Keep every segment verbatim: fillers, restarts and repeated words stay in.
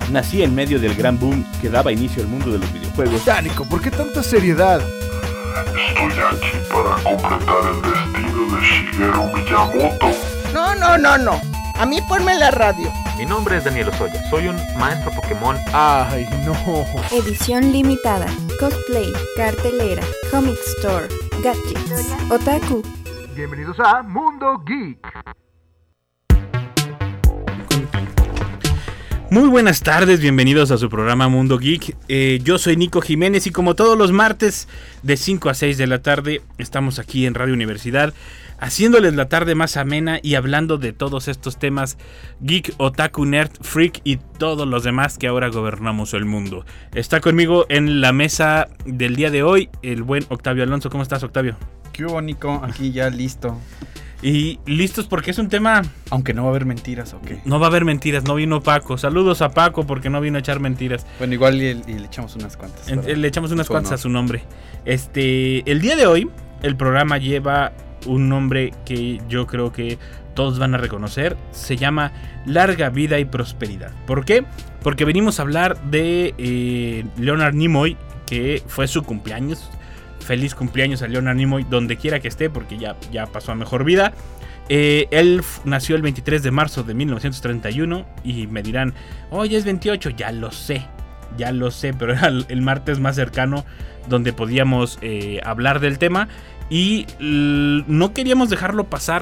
Nací en medio del gran boom que daba inicio al mundo de los videojuegos. Dánico, ¿por qué tanta seriedad? Estoy aquí para completar el destino de Shigeru Miyamoto. No, no, no, no. A mí ponme la radio. Mi nombre es Daniel Osoya, soy un maestro Pokémon. Ay, no. Edición limitada, cosplay, cartelera, comic store, gadgets, otaku. Bienvenidos a Mundo Geek. Muy buenas tardes, bienvenidos a su programa Mundo Geek. Eh, yo soy Nico Jiménez y como todos los martes de cinco a seis de la tarde estamos aquí en Radio Universidad haciéndoles la tarde más amena y hablando de todos estos temas geek, otaku, nerd, freak y todos los demás que ahora gobernamos el mundo. Está conmigo en la mesa del día de hoy el buen Octavio Alonso. ¿Cómo estás, Octavio? ¿Qué hubo, Nico? Aquí ya listo. Y listos porque es un tema... Aunque no va a haber mentiras, ¿o qué? No va a haber mentiras, no vino Paco. Saludos a Paco porque no vino a echar mentiras. Bueno, igual y, y le echamos unas cuantas. En, le echamos unas cuantas a su nombre. Este, el día de hoy, el programa lleva un nombre que yo creo que todos van a reconocer. Se llama Larga Vida y Prosperidad. ¿Por qué? Porque venimos a hablar de eh, Leonard Nimoy, que fue su cumpleaños. Feliz cumpleaños a Leonard Nimoy, donde quiera que esté, porque ya, ya pasó a mejor vida. Eh, él f- nació el veintitrés de marzo de mil novecientos treinta y uno y me dirán, oye, es veintiocho, ya lo sé, ya lo sé, pero era el, el martes más cercano donde podíamos eh, hablar del tema y l- no queríamos dejarlo pasar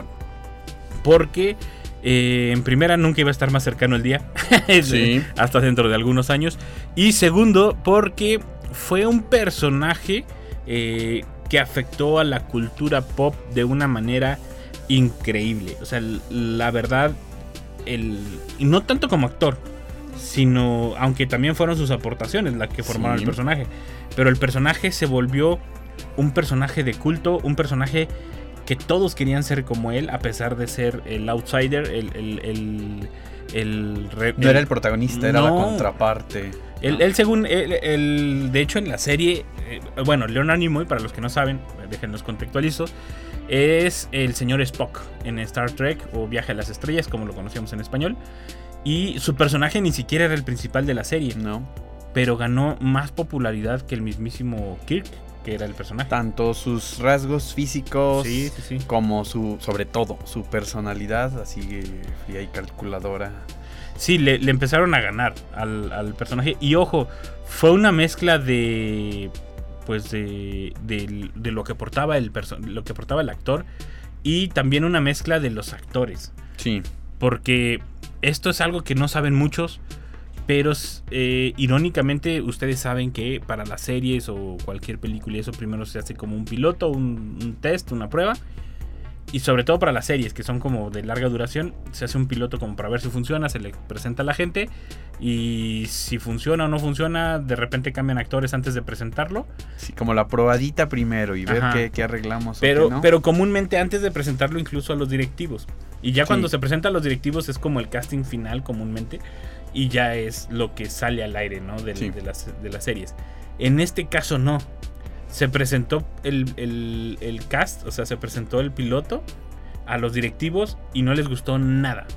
porque eh, en primera nunca iba a estar más cercano el día, sí. hasta dentro de algunos años, y segundo porque fue un personaje Eh, que afectó a la cultura pop de una manera increíble. O sea, la verdad, el, y no tanto como actor, sino, aunque también fueron sus aportaciones las que formaron sí. el personaje, pero el personaje se volvió un personaje de culto, un personaje que todos querían ser como él, a pesar de ser el outsider, el... el, el El, el, no era el protagonista, era no, la contraparte. Él, él según, él, él, de hecho en la serie, eh, bueno, Leonard Nimoy, para los que no saben, déjenlos contextualizo, es el señor Spock en Star Trek o Viaje a las Estrellas, como lo conocíamos en español. Y su personaje ni siquiera era el principal de la serie, no, pero ganó más popularidad que el mismísimo Kirk, que era el personaje. Tanto sus rasgos físicos sí, sí, sí. como su, sobre todo, su personalidad, así fría y calculadora. Sí, le, le empezaron a ganar al, al personaje. Y ojo, fue una mezcla de pues de, de, de lo que portaba el perso- lo que portaba el actor y también una mezcla de los actores. Sí. Porque esto es algo que no saben muchos. Pero eh, irónicamente ustedes saben que para las series o cualquier película eso primero se hace como un piloto, un, un test, una prueba. Y sobre todo para las series que son como de larga duración, se hace un piloto como para ver si funciona, se le presenta a la gente. Y si funciona o no funciona, de repente cambian actores antes de presentarlo. Sí, como la probadita primero y ver qué, qué arreglamos. Pero, o qué no. pero comúnmente antes de presentarlo incluso a los directivos. Y ya cuando sí. se presenta a los directivos es como el casting final comúnmente. Y ya es lo que sale al aire, ¿no? De, sí. de, las, de las series. En este caso no. Se presentó el, el, el cast, o sea, se presentó el piloto a los directivos y no les gustó nada.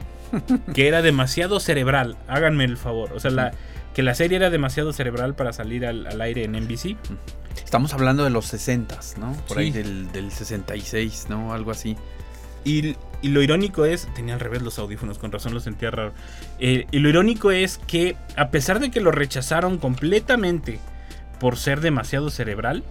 Que era demasiado cerebral, háganme el favor. O sea, la, que la serie era demasiado cerebral para salir al, al aire en N B C. Estamos hablando de los sesentas, ¿no? Por sí. ahí del, del sesenta y seis, ¿no? Algo así. Y, y lo irónico es... Tenía al revés los audífonos, con razón lo sentía raro. Eh, y lo irónico es que, a pesar de que lo rechazaron completamente por ser demasiado cerebral,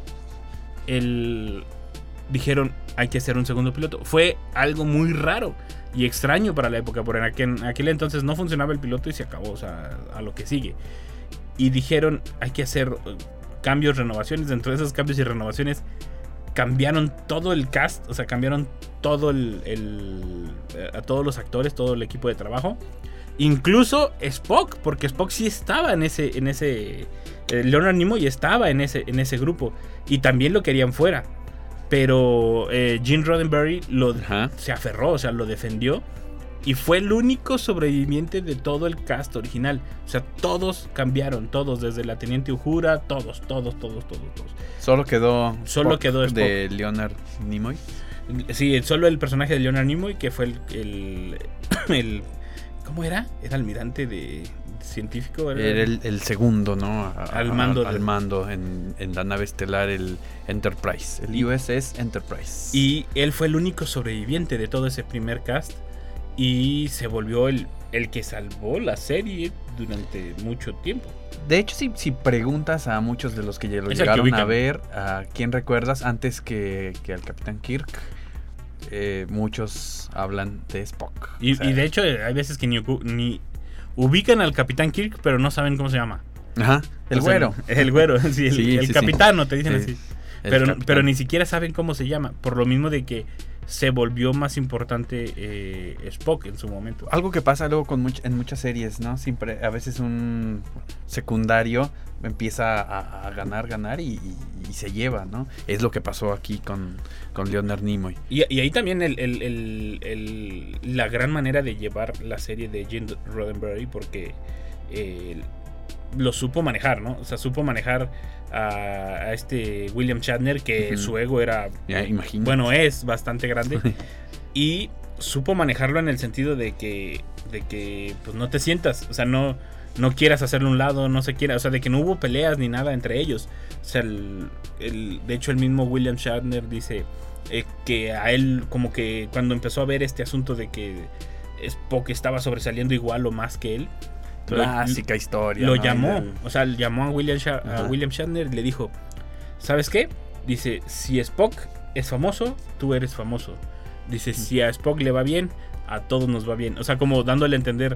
el, dijeron, hay que hacer un segundo piloto. Fue algo muy raro y extraño para la época, porque en aquel, en aquel entonces no funcionaba el piloto y se acabó, o sea, a lo que sigue. Y dijeron, hay que hacer cambios, renovaciones. Dentro de esos cambios y renovaciones cambiaron todo el cast, o sea, cambiaron todo el, el a todos los actores, todo el equipo de trabajo, incluso Spock, porque Spock sí estaba en ese, en ese, eh, Leonard Nimoy estaba en ese, en ese grupo y también lo querían fuera, pero eh, Gene Roddenberry lo, se aferró, o sea, lo defendió y fue el único sobreviviente de todo el cast original. O sea, todos cambiaron, todos, desde la Teniente Uhura, todos, todos, todos, todos, todos. Solo quedó Solo Spock quedó Spock. De Leonard Nimoy. Sí, solo el personaje de Leonard Nimoy, que fue el, el, el ¿cómo era? Era almirante de, científico. Era, era el, el segundo, ¿no? A, al mando. A, al de... mando en, en la nave estelar, el Enterprise. El U S S Enterprise. Y él fue el único sobreviviente de todo ese primer cast. Y se volvió el, el que salvó la serie durante mucho tiempo. De hecho, si, si preguntas a muchos de los que ya lo Es llegaron a ver, ¿a quién recuerdas antes que, que al Capitán Kirk? Eh, muchos hablan de Spock. Y, o sea, y de hecho, hay veces que ni, ni ubican al Capitán Kirk, pero no saben cómo se llama. Ajá, el o sea, güero. El güero, sí, el, Sí, el sí, capitano, sí. te dicen Sí, así. el Pero, capitán. pero ni siquiera saben cómo se llama. Por lo mismo de que se volvió más importante eh, Spock en su momento. Algo que pasa luego con much- en muchas series, ¿no? Siempre, a veces un secundario empieza a, a ganar, ganar y, y, y se lleva, ¿no? Es lo que pasó aquí con, con Leonard Nimoy. Y, y ahí también el, el, el, el, la gran manera de llevar la serie de Gene Roddenberry, porque eh, lo supo manejar, ¿no? O sea, supo manejar a, a este William Shatner, que Uh-huh. su ego era, Ya, imagínate. bueno, es bastante grande. Y supo manejarlo en el sentido de que, de que pues no te sientas, o sea, no, no quieras hacerle un lado, no se quiera, o sea, de que no hubo peleas ni nada entre ellos. O sea, el, el, de hecho el mismo William Shatner dice eh, que a él como que cuando empezó a ver este asunto de que Spock estaba sobresaliendo igual o más que él, Clásica historia. lo ¿no? llamó, Del- o sea, llamó a William, Sha- a Ajá. William Shatner y le dijo, ¿sabes qué? Dice, si Spock es famoso, tú eres famoso. Dice, si a Spock le va bien, a todos nos va bien. O sea, como dándole a entender,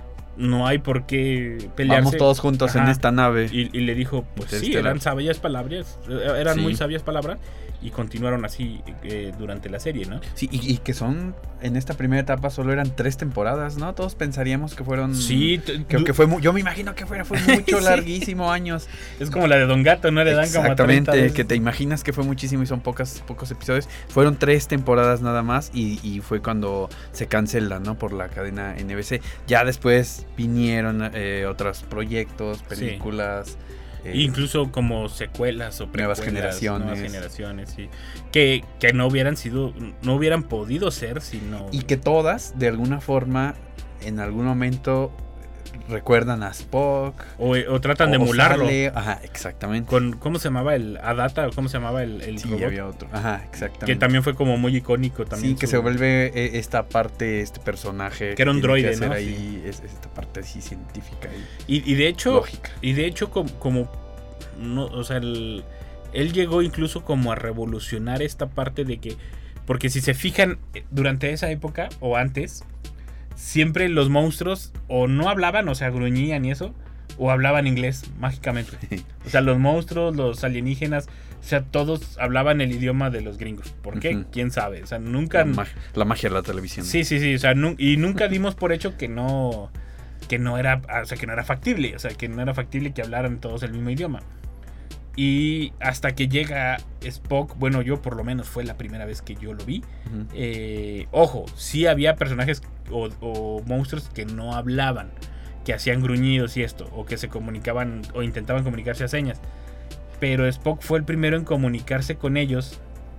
no hay por qué pelearse. Vamos todos juntos en Ajá. esta nave. Y, y le dijo, pues sí, Interestelar. eran sabias palabras, eh, eran Sí. muy sabias palabras, y continuaron así eh, durante la serie, ¿no? Sí, y, y que son, en esta primera etapa solo eran tres temporadas, ¿no? Todos pensaríamos que fueron... Sí, t- Que, du- que fue mu- yo me imagino que fuera, fue mucho, Sí. larguísimo años. es como la de Don Gato, ¿no? Le dan como treinta Exactamente, veces. que te imaginas que fue muchísimo y son pocas, pocos episodios. Fueron tres temporadas nada más y, y fue cuando se cancela, ¿no? Por la cadena N B C. Ya después vinieron eh, otros proyectos, películas. eh, Incluso como secuelas o Nuevas precuelas, generaciones. nuevas generaciones, sí. Que, que no hubieran sido, no hubieran podido ser si no. y que todas, de alguna forma, en algún momento recuerdan a Spock. o, o tratan de o emularlo. sale- ajá, exactamente. Con, ¿cómo se llamaba el Adata? ¿O cómo se llamaba el, el Sí, robot? había otro. Ajá, exactamente. Que también fue como muy icónico también. Sí, que su- se vuelve eh, esta parte, este personaje Que era un tiene droide, hacer ¿no? ahí es, es esta parte así científica y Y, y de hecho, lógica. y de hecho como, como no, o sea, el- él llegó incluso como a revolucionar esta parte de que, porque si se fijan eh, durante esa época o antes, siempre los monstruos o no hablaban, o sea, gruñían y eso, o hablaban inglés mágicamente. O sea, los monstruos, los alienígenas, o sea, todos hablaban el idioma de los gringos. ¿Por qué? Ujú. ¿Quién sabe? O sea, nunca... La, mag- la magia de la televisión. Sí, sí, sí, o sea, nu- y nunca dimos por hecho que no que no era, o sea, que no era factible, o sea, que no era factible que hablaran todos el mismo idioma. Y hasta que llega Spock, bueno, yo por lo menos fue la primera vez que yo lo vi. Ujú. Eh, ojo, sí había personajes o, o monstruos que no hablaban, que hacían gruñidos y esto, o que se comunicaban o intentaban comunicarse a señas. Pero Spock fue el primero en comunicarse con ellos.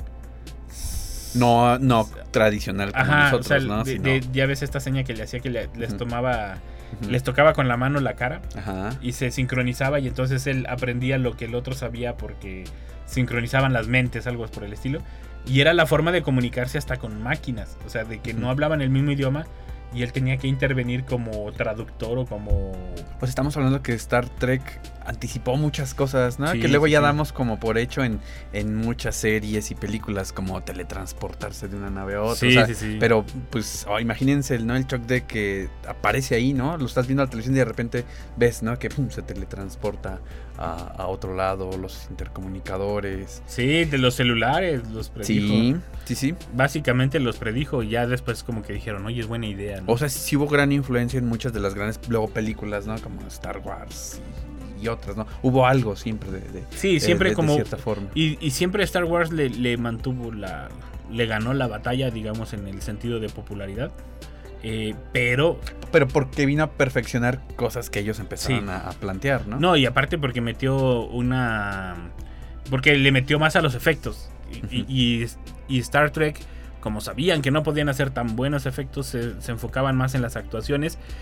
No, no tradicional como Ajá, nosotros, o sea, ¿no? de- Sino- de- ya ves esta seña que le hacía que le- les Ujú. tomaba, Ujú. les tocaba con la mano la cara Ajá. y se sincronizaba, y entonces él aprendía lo que el otro sabía porque sincronizaban las mentes, algo por el estilo. Y era la forma de comunicarse hasta con máquinas, o sea, de que no Ujú. hablaban el mismo idioma y él tenía que intervenir como traductor o como... Pues estamos hablando que Star Trek anticipó muchas cosas, ¿no? Sí, que luego sí, ya sí. damos como por hecho en, en muchas series y películas, como teletransportarse de una nave a otra. Sí, o sea, sí, sí. Pero pues oh, imagínense el, ¿no? el shock de que aparece ahí, ¿no? Lo estás viendo en la televisión y de repente ves, ¿no? Que pum, se teletransporta a, a otro lado, los intercomunicadores. Sí, de los celulares los predijo. Sí, sí, sí. Básicamente los predijo y ya después como que dijeron, oye, es buena idea, ¿no? O sea, sí hubo gran influencia en muchas de las grandes luego películas, ¿no? Como Star Wars y, y otras, ¿no? Hubo algo siempre de, de Sí, de- siempre de- de como... cierta forma. Y, y siempre Star Wars le, le mantuvo la... Le ganó la batalla, digamos, en el sentido de popularidad. Eh, pero... Pero porque vino a perfeccionar cosas que ellos empezaron Sí. a, a plantear, ¿no? No, y aparte porque metió una... Porque le metió más a los efectos. Y, y- y Star Trek, como sabían que no podían hacer tan buenos efectos, se, se enfocaban más en las actuaciones,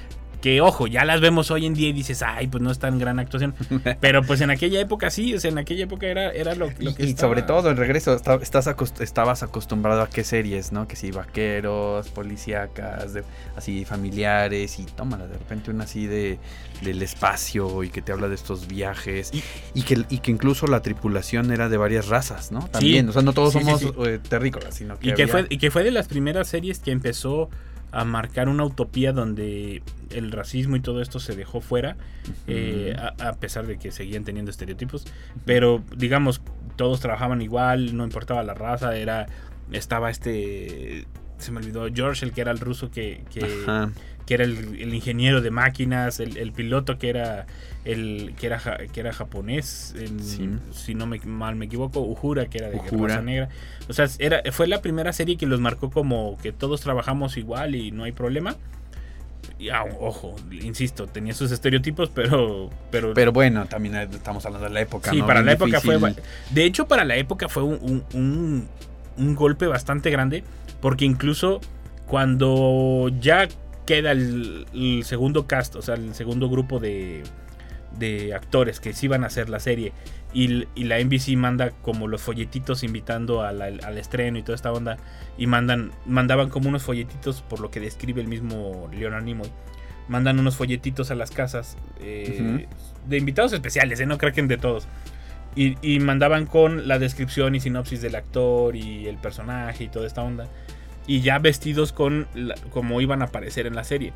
Que ojo, ya las vemos hoy en día y dices, ay, pues no es tan gran actuación. Pero pues en aquella época sí, o sea, en aquella época era, era lo, lo que Y, y estaba. sobre todo, el regreso, está- estás acost- estabas acostumbrado a qué series, ¿no? Que sí, vaqueros, policíacas, de- así familiares, y tómala, de repente una así de del espacio y que te habla de estos viajes. Y, y que, y que incluso la tripulación era de varias razas, ¿no? También, o sea, no todos Sí, sí, somos sí. eh, terrícolas, sino que Y que, había- fue, y que fue de las primeras series que empezó a marcar una utopía donde el racismo y todo esto se dejó fuera, eh, a, a pesar de que seguían teniendo estereotipos, pero digamos, todos trabajaban igual, no importaba la raza, era estaba este, se me olvidó, George, el que era el ruso que, que, Ajá. que era el, el ingeniero de máquinas, el, el piloto que era el que era ja- que era japonés, en- Sí. si no me mal me equivoco, Uhura, que era de Uhura. raza negra. O sea, era, fue la primera serie que los marcó como que todos trabajamos igual y no hay problema. Y, ah, ojo, insisto, tenía sus estereotipos, pero pero, Pero bueno, también estamos hablando de la época, sí, ¿no? para Bien la época difícil. fue, de hecho para la época fue un, un, un, un golpe bastante grande, porque incluso cuando ya queda el, el segundo cast, o sea, el segundo grupo de, de actores que sí iban a hacer la serie, y, y la N B C manda como los folletitos invitando a la- al estreno y toda esta onda, y mandan mandaban como unos folletitos, por lo que describe el mismo Leonard Nimoy, mandan unos folletitos a las casas eh, de invitados especiales, ¿eh? No creen de todos. Y, y mandaban con la descripción y sinopsis del actor y el personaje y toda esta onda. Y ya vestidos con la- como iban a aparecer en la serie.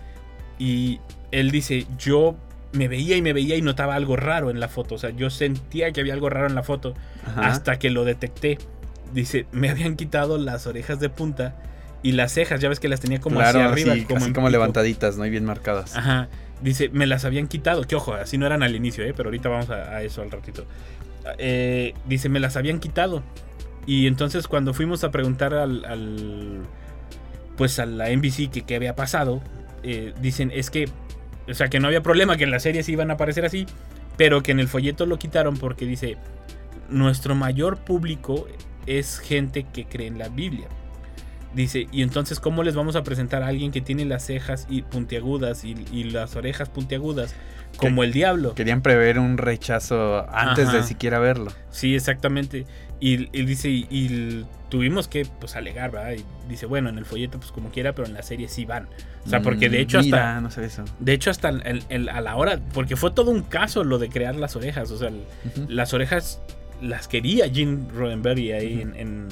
Y él dice, yo me veía y me veía y notaba algo raro en la foto. O sea, yo sentía que había algo raro en la foto Ajá. hasta que lo detecté. Dice, me habían quitado las orejas de punta y las cejas, ya ves que las tenía como Claro, hacia arriba. así, como así en como pico. levantaditas, ¿no? Y bien marcadas. Ajá. Dice, me las habían quitado. Que ojo, así no eran al inicio, ¿eh? Pero ahorita vamos a, a eso al ratito. Eh, dice, me las habían quitado. Y entonces cuando fuimos a preguntar al, al pues a la N B C que qué había pasado, eh, dicen, es que, o sea, que no había problema, que en las series iban a aparecer así, pero que en el folleto lo quitaron porque dice, nuestro mayor público es gente que cree en la Biblia. Dice, y entonces, ¿cómo les vamos a presentar a alguien que tiene las cejas y puntiagudas y, y las orejas puntiagudas como Que- el diablo? Querían prever un rechazo antes Ajá. de siquiera verlo. Sí, exactamente. Y, y dice, y, y tuvimos que pues alegar, ¿verdad? Y dice, bueno, en el folleto pues como quiera, pero en la serie sí van. O sea, porque de hecho Mm, Mira, hasta... no sé eso. De hecho, hasta el- el- a la hora, porque fue todo un caso lo de crear las orejas. O sea, el- Ujú. las orejas las quería Gene Roddenberry ahí Ujú. en, en,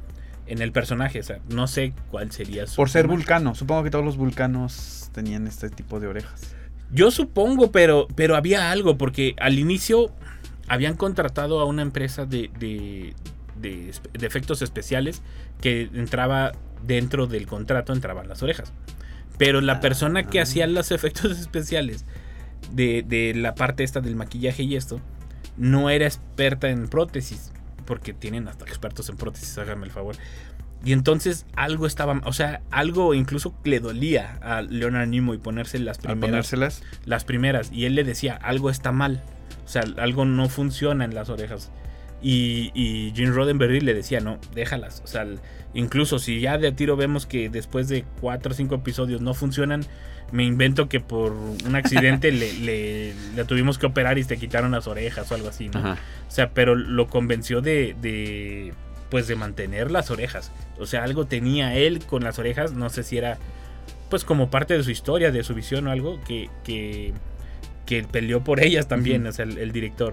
en el personaje. O sea, no sé cuál sería su Por ser tema. vulcano. Supongo que todos los vulcanos tenían este tipo de orejas. Yo supongo, pero, pero había algo, porque al inicio habían contratado a una empresa de, de, de, de efectos especiales que entraba dentro del contrato, entraban las orejas. Pero la persona que Ah. hacía los efectos especiales de, de la parte esta del maquillaje y esto, no era experta en prótesis, porque tienen hasta expertos en prótesis, háganme el favor. Y entonces algo estaba, o sea, algo incluso le dolía a Leonard Nimoy ponerse las Al primeras, ponérselas. las primeras, y él le decía, algo está mal, o sea, algo no funciona en las orejas. Y, y Gene Roddenberry le decía, no, déjalas. O sea, el- incluso si ya de a tiro vemos que después de cuatro o cinco episodios no funcionan, me invento que por un accidente le, le, le tuvimos que operar y te quitaron las orejas o algo así, ¿no? Ajá. O sea, pero lo convenció de, de, pues de mantener las orejas. O sea, algo tenía él con las orejas, no sé si era pues como parte de su historia, de su visión o algo, que, que, que peleó por ellas también, Ujú. o sea, el, el director.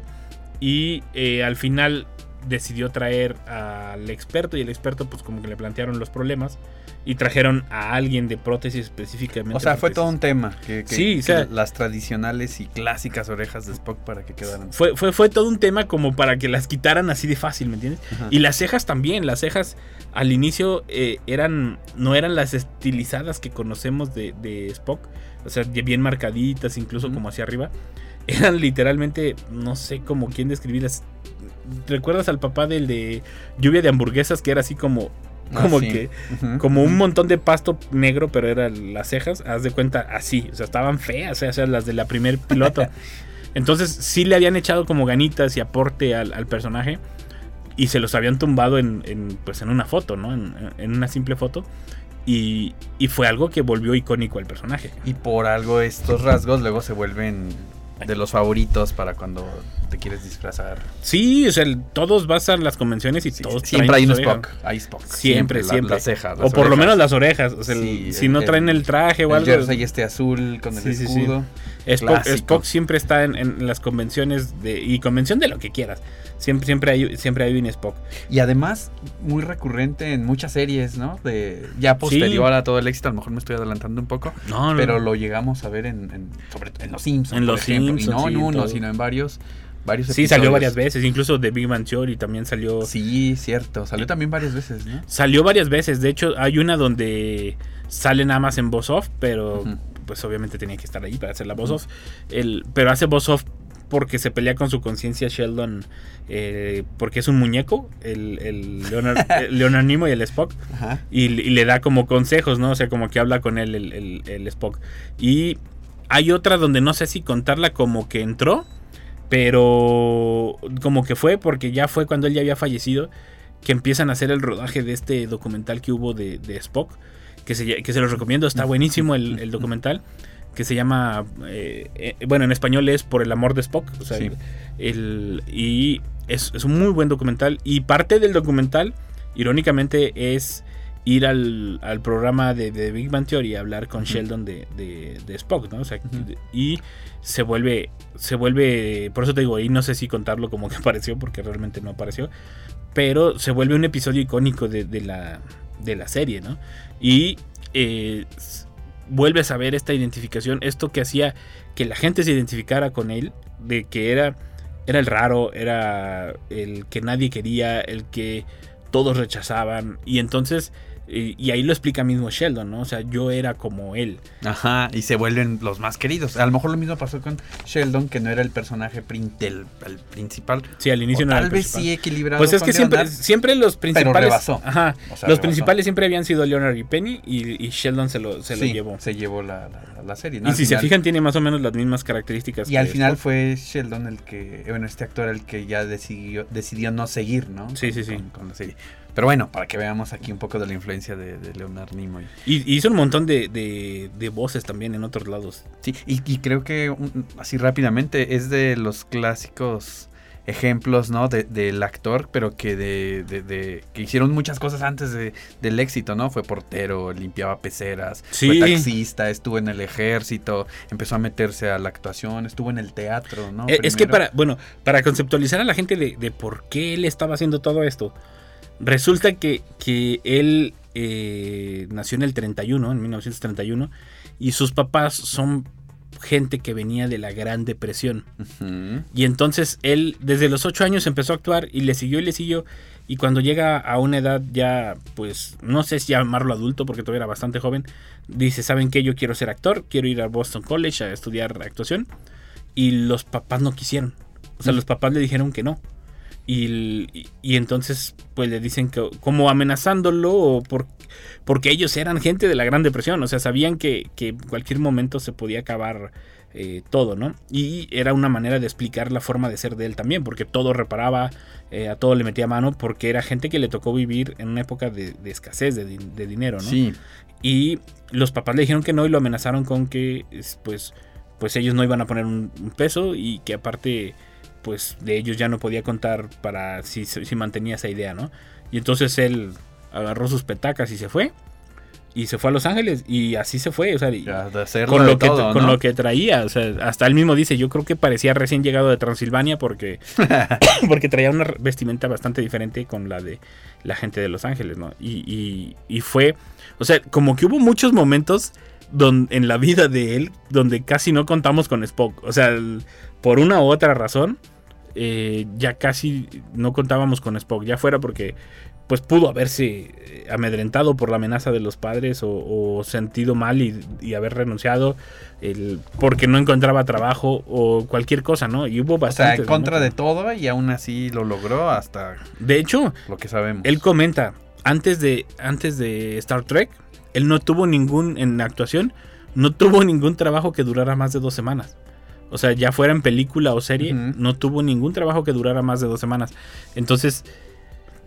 Y eh, al final decidió traer al experto, y el experto pues como que le plantearon los problemas y trajeron a alguien de prótesis específicamente. O sea, fue prótesis. todo un tema. Que, que- Sí, o que sea- las tradicionales y clásicas orejas de Spock para que quedaran. Fue, fue, fue todo un tema como para que las quitaran así de fácil, ¿me entiendes? Ajá. Y las cejas también, las cejas al inicio eh, eran no eran las estilizadas que conocemos de, de Spock, o sea, bien marcaditas, incluso Ujú. como hacia arriba. Eran literalmente, no sé cómo quién describirlas. ¿Recuerdas al papá del de Lluvia de Hamburguesas, que era así como, Ah, como sí. que, Ujú. como un montón de pasto negro, pero eran las cejas, haz de cuenta, así, o sea, estaban feas, o sea, las de la primer piloto. Entonces sí le habían echado como ganitas y aporte al, al personaje, y se los habían tumbado en, en, pues en una foto, ¿no? En, en una simple foto. Y, y fue algo que volvió icónico al personaje. Y por algo estos rasgos luego se vuelven de los favoritos para cuando te quieres disfrazar. Sí, o sea, todos vas a las convenciones y Sí, todos siempre hay traen un sus orejas. Spock. Hay Spock. Siempre, la- siempre. las cejas. O las por lo orejas. menos las orejas. O sea, el- Sí, si el- no traen el traje o El algo. jersey este azul con el Sí, sí, sí. escudo. Spock, Clásico. Spock siempre está en, en las convenciones de, y convención de lo que quieras. Siempre, siempre hay, siempre hay un Spock. Y además, muy recurrente en muchas series, ¿no? De ya posterior a todo el éxito, a lo mejor me estoy adelantando un poco, No, no, pero no. lo llegamos a ver en, en- sobre todo en Los Simpsons, En por Los ejemplo. Simpsons, y no sí, en uno, todo. sino en varios, varios Sí, salió episodios. varias veces. Incluso The Big Bang Theory también salió. Sí, cierto. Salió también varias veces, ¿no? Salió varias veces. De hecho, hay una donde sale nada más en voz off, pero Ujú. pues obviamente tenía que estar ahí para hacer la voz off. El, pero hace voz off porque se pelea con su conciencia Sheldon, eh, porque es un muñeco, el, el Leonard, el Leonard Nimoy y el Spock, Ajá. y, y le da como consejos, ¿no? O sea, como que habla con él el, el, el Spock. Y hay otra donde no sé si contarla como que entró, pero como que fue, porque ya fue cuando él ya había fallecido, que empiezan a hacer el rodaje de este documental que hubo de, de Spock, que se, que se los recomiendo, está buenísimo el, el documental, que se llama, eh, eh, bueno, en español es Por el amor de Spock, o sea, Sí. el, y es, es un muy buen documental, y parte del documental, irónicamente, es ir al, al programa de, de Big Bang Theory a hablar con Ujú. Sheldon de, de, de Spock, ¿no? O sea, Ujú. y se vuelve, se vuelve, por eso te digo, y no sé si contarlo como que apareció, porque realmente no apareció, pero se vuelve un episodio icónico de, de, la, de la serie, ¿no? Y eh, s- vuelves a ver esta identificación, esto que hacía que la gente se identificara con él, de que era, era el raro, era el que nadie quería, el que todos rechazaban, y entonces, y, y ahí lo explica mismo Sheldon, ¿no? O sea, yo era como él. Ajá, y se vuelven los más queridos. A lo mejor lo mismo pasó con Sheldon, que no era el personaje prin- del, el principal. Sí, al inicio O no era tal el vez principal. sí equilibrado. Pues es con que siempre, Leonard. siempre los principales. rebasó. Ajá, O sea, los rebasó. principales siempre habían sido Leonard y Penny, y, y Sheldon se lo, se Sí, lo llevó. se llevó la, la, la serie, ¿no? Y Al si se final- fijan, tiene más o menos las mismas características. Y al que final Spock. fue Sheldon el que, bueno, este actor el que ya decidió, decidió no seguir, ¿no? Sí, Con- sí, sí. Con, con la serie. Pero bueno, para que veamos aquí un poco de la influencia de, de Leonard Nimoy. Y, y hizo un montón de, de, de voces también en otros lados. Sí, y, y creo que un- así rápidamente es de los clásicos ejemplos, ¿no? De, del actor, pero que de, de, de- que hicieron muchas cosas antes de, del éxito, ¿no? Fue portero, limpiaba peceras, Sí. fue taxista, estuvo en el ejército, empezó a meterse a la actuación, estuvo en el teatro, ¿no? Eh, es que Primero. para, bueno, para conceptualizar a la gente de, de por qué él estaba haciendo todo esto, resulta que, que él eh, nació en el treinta y uno, en mil novecientos treinta y uno, y sus papás son gente que venía de la Gran Depresión. Ujú. Y entonces él desde los ocho años empezó a actuar y le siguió y le siguió. Y cuando llega a una edad ya, pues no sé si llamarlo adulto porque todavía era bastante joven, dice, ¿saben qué? Yo quiero ser actor, quiero ir a Boston College a estudiar actuación. Y los papás no quisieron. O sea, los papás le dijeron que no. Y, y, y entonces pues le dicen que como amenazándolo o por, porque ellos eran gente de la Gran Depresión, o sea, sabían que, que en cualquier momento se podía acabar eh, todo, ¿no? Y era una manera de explicar la forma de ser de él también, porque todo reparaba, eh, a todo le metía mano, porque era gente que le tocó vivir en una época de, de escasez de, de dinero, ¿no? Sí, Y los papás le dijeron que no y lo amenazaron con que es, pues, pues ellos no iban a poner un, un peso y que aparte pues de ellos ya no podía contar para si, si mantenía esa idea, ¿no? Y entonces él agarró sus petacas y se fue. Y se fue a Los Ángeles y así se fue, o sea, y- ya de hacerlo con, de lo que, todo, con ¿no? lo que traía, o sea, hasta él mismo dice, yo creo que parecía recién llegado de Transilvania porque, porque traía una vestimenta bastante diferente con la de la gente de Los Ángeles, ¿no? Y, y, y fue, o sea, como que hubo muchos momentos don, en la vida de él donde casi no contamos con Spock, o sea, el- por una u otra razón, eh, ya casi no contábamos con Spock, ya fuera porque pues pudo haberse amedrentado por la amenaza de los padres o, o sentido mal y, y haber renunciado el, porque no encontraba trabajo o cualquier cosa, ¿no? Y hubo O sea, bastante. en contra de todo y aún así lo logró hasta De hecho, lo que sabemos. él comenta, antes de, antes de Star Trek, él no tuvo ningún, en actuación, no tuvo ningún trabajo que durara más de dos semanas. O sea, ya fuera en película o serie, Ujú. no tuvo ningún trabajo que durara más de dos semanas. Entonces,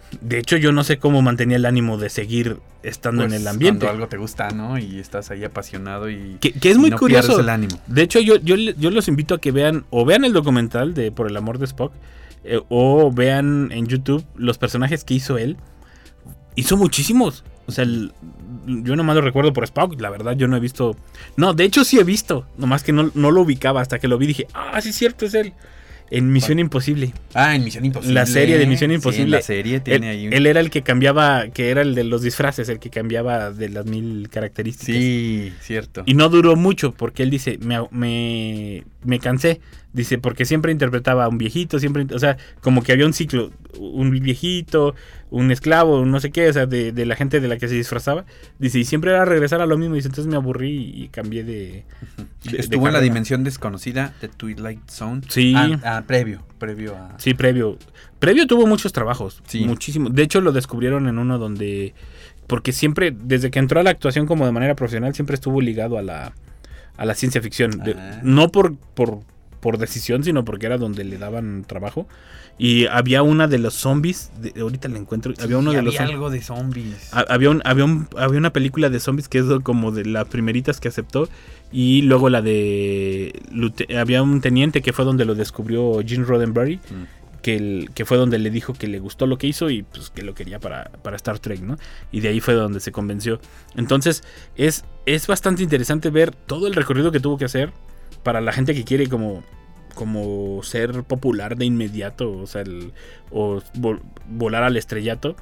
De hecho, yo no sé cómo mantenía el ánimo de seguir estando Pues, en el ambiente. Cuando algo te gusta, ¿no? Y estás ahí apasionado y... Que, que es y muy no curioso. pierdes el ánimo. De hecho, yo, yo, yo los invito a que vean, o vean el documental de Por el amor de Spock, eh, o vean en YouTube los personajes que hizo él. Hizo muchísimos. O sea, el, yo nomás lo recuerdo por Spock, la verdad yo no he visto... No, de hecho sí he visto, nomás que no, no lo ubicaba hasta que lo vi, dije, ah, sí es cierto, es él. En Misión Imposible. Ah, en Misión Imposible. La serie de Misión Sí, Imposible. en la serie tiene él, ahí un... él era el que cambiaba, que era el de los disfraces, el que cambiaba de las mil características. Sí, cierto. Y no duró mucho, porque él dice, me, me, me cansé. Dice, porque siempre interpretaba a un viejito, siempre, o sea, como que había un ciclo, un viejito, un esclavo, no sé qué, o sea, de, de la gente de la que se disfrazaba. Dice, y siempre era regresar a lo mismo. Dice, entonces me aburrí y cambié de... de Estuvo de en la carrera. dimensión desconocida de Twilight Zone. Sí. Ah, ah, previo, previo a... Sí, previo. Previo tuvo muchos trabajos. Sí. Muchísimo. De hecho, lo descubrieron en uno donde... Porque siempre, desde que entró a la actuación como de manera profesional, siempre estuvo ligado a la, a la ciencia ficción. De- Ah. no por, por, por decisión, sino porque era donde le daban trabajo. Y había una de los zombies, de- ahorita la encuentro, Sí, había uno de había los zombies. algo de zombies. Ha- Había, un, había, un- había una película de zombies que es como de las primeritas que aceptó. Y luego la de... Lute- había un teniente que fue donde lo descubrió Gene Roddenberry. Mm. Que, el, que fue donde le dijo que le gustó lo que hizo y pues que lo quería para, para Star Trek, ¿no? Y de ahí fue donde se convenció. Entonces es, es bastante interesante ver todo el recorrido que tuvo que hacer para la gente que quiere como, como ser popular de inmediato, o sea, el, o vol- volar al estrellato.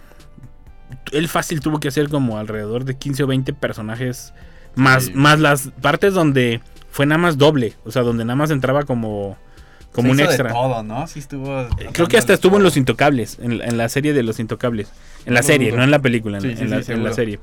Él fácil tuvo que hacer como alrededor de quince o veinte personajes más, Sí. más las partes donde fue nada más doble, o sea, donde nada más entraba como, como Se un hizo extra. de todo, ¿no? Sí estuvo... Eh, Creo que hasta estuvo en Los Intocables, en, en la serie de Los Intocables. En la No lo serie, dudo. no en la película, en, Sí, en sí, la, sí, en la seguro. serie.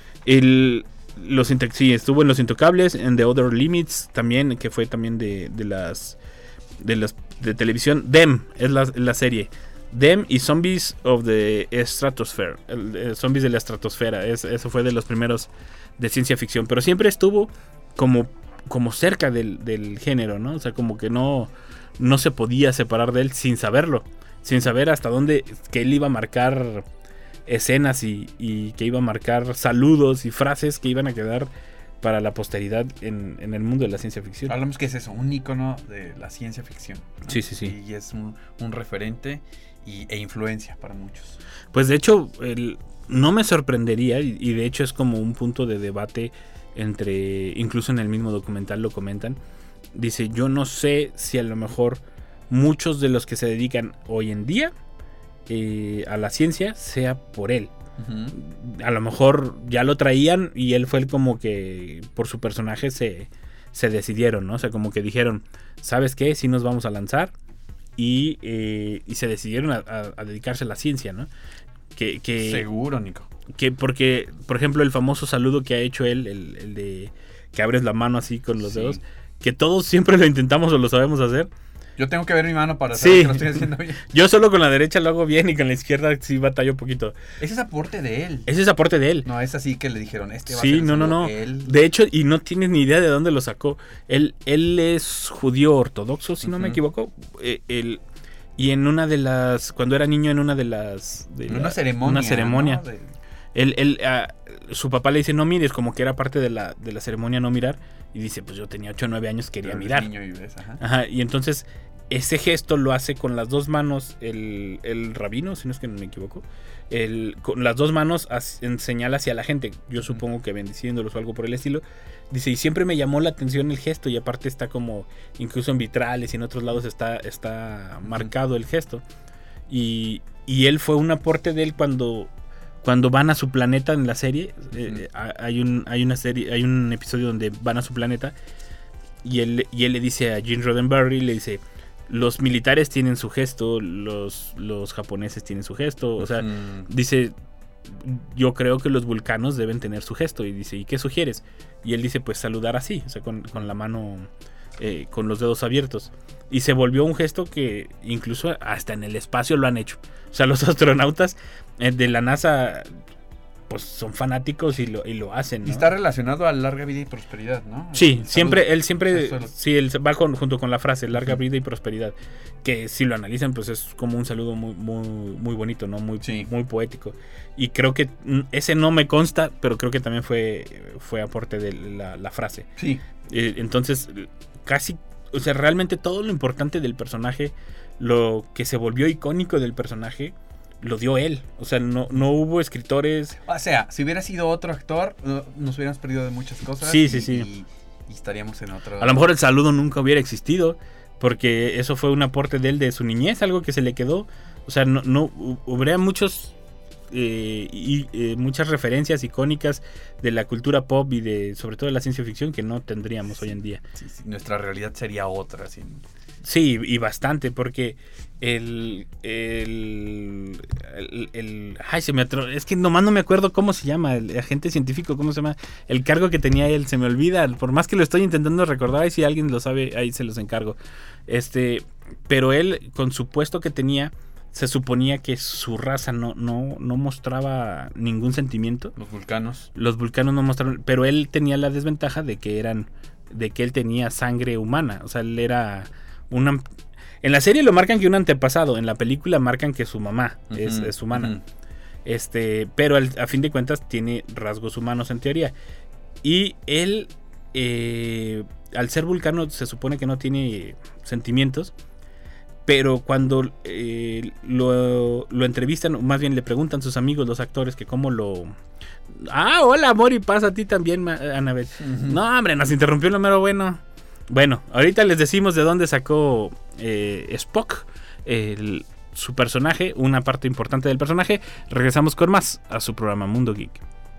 El, los Inte- sí, estuvo en Los Intocables, en The Other Limits también, que fue también de, de las de las de televisión. Them es la, la serie. Them y Zombies of the Stratosphere. El, el zombies de la estratosfera. Es, eso fue de los primeros de ciencia ficción. Pero siempre estuvo como, como cerca del, del género, ¿no? O sea, como que no, no se podía separar de él sin saberlo. Sin saber hasta dónde que él iba a marcar escenas y, y que iba a marcar saludos y frases que iban a quedar para la posteridad en, en el mundo de la ciencia ficción. Hablamos que es eso, un ícono de la ciencia ficción, ¿no? Sí, sí, sí. Y es un, un referente y, e influencia para muchos. Pues de hecho, el- no me sorprendería, y, y de hecho es como un punto de debate entre, incluso en el mismo documental lo comentan, dice, yo no sé si a lo mejor muchos de los que se dedican hoy en día eh, a la ciencia sea por él. A lo mejor ya lo traían y él fue el como que por su personaje se, se decidieron, ¿no? O sea, como que dijeron, ¿sabes qué? Sí nos vamos a lanzar. Y, eh, y se decidieron a, a- a dedicarse a la ciencia, ¿no? Que, que, Seguro, Nico. que porque, por ejemplo, el famoso saludo que ha hecho él, el, el de que abres la mano así con los Sí. dedos, que todos siempre lo intentamos o lo sabemos hacer. Yo tengo que ver mi mano para Sí. saber que lo estoy haciendo bien. Yo solo con la derecha lo hago bien y con la izquierda sí batallo un poquito. Ese es aporte de él. Ese es aporte de él. No, es así que le dijeron, este va a Sí, ser el no, no, saludo. no. Él... De hecho, y no tienes ni idea de dónde lo sacó. Él, él es judío ortodoxo, si no me Ujú. equivoco. Eh, él- y en una de las, cuando era niño, en una de las... de En la- una ceremonia. Una ceremonia. ¿no? De- Él, él, ah, su papá le dice, no mires, como que era parte de la, de la ceremonia no mirar. Y dice, pues yo tenía ocho o nueve años, quería pero eres mirar. niño y ves, ajá. Ajá, y entonces ese gesto lo hace con las dos manos el, el rabino, si no es que no me equivoco. El, con las dos manos as- en señal hacia la gente. Yo supongo que bendiciéndolos o algo por el estilo. Dice, y siempre me llamó la atención el gesto. Y aparte está como, incluso en vitrales y en otros lados está, está marcado el gesto. Y, y él fue un aporte de él cuando, cuando van a su planeta en la serie. Eh, Ujú. hay, un, hay una serie, hay un episodio donde van a su planeta. Y él, y él le dice a Gene Roddenberry, le dice, los militares tienen su gesto, los, los japoneses tienen su gesto. O sea, Mm, dice, yo creo que los vulcanos deben tener su gesto. Y dice, ¿y qué sugieres? Y él dice, pues saludar así, o sea, con, con la mano, eh, con los dedos abiertos. Y se volvió un gesto que incluso hasta en el espacio lo han hecho. O sea, los astronautas eh, de la NASA pues son fanáticos y lo, y lo hacen, ¿no? Y está relacionado a larga vida y prosperidad, ¿no? Sí, El siempre, salud. él siempre, Eso es lo- sí, él va con, junto con la frase larga vida y prosperidad, que si lo analizan, pues es como un saludo muy, muy, muy bonito, ¿no? Muy, Sí. muy poético. Y creo que mm, ese no me consta, pero creo que también fue, fue aporte de la, la frase. Sí. Eh, entonces, casi, o sea, realmente todo lo importante del personaje, lo que se volvió icónico del personaje, lo dio él. O sea, no, no hubo escritores. O sea, si hubiera sido otro actor, no- nos hubiéramos perdido de muchas cosas. Sí, y, sí, sí. Y, y estaríamos en otro... A lo mejor el saludo nunca hubiera existido, porque eso fue un aporte de él de su niñez, algo que se le quedó. O sea, no, no hu- hubiera muchos eh, y, eh, muchas referencias icónicas de la cultura pop y de sobre todo de la ciencia ficción que no tendríamos hoy en día. Sí, sí, nuestra realidad sería otra. Sin... Sí, y bastante, porque el, el, el, el- ay, se me atro- es que nomás no me acuerdo cómo se llama, el agente científico, cómo se llama, el cargo que tenía él, se me olvida, por más que lo estoy intentando recordar, y si alguien lo sabe, ahí se los encargo. Este, pero él, con su puesto que tenía, se suponía que su raza no, no, no mostraba ningún sentimiento. Los vulcanos. Los vulcanos no mostraron, pero él tenía la desventaja de que eran, de que él tenía sangre humana, o sea, él era una... En la serie lo marcan que un antepasado, en la película marcan que su mamá Ujú, es, es humana. ujú. Este, pero al- a fin de cuentas tiene rasgos humanos en teoría. Y él, eh, al ser vulcano, se supone que no tiene sentimientos. Pero cuando eh, lo, lo entrevistan, más bien le preguntan sus amigos, los actores, que cómo lo... Ah, hola, amor, y pasa a ti también, Ma- Anabel. Ujú. No, hombre, nos interrumpió lo mero bueno. Bueno, ahorita les decimos de dónde sacó eh, Spock el- su personaje, una parte importante del personaje. Regresamos con más a su programa Mundo Geek.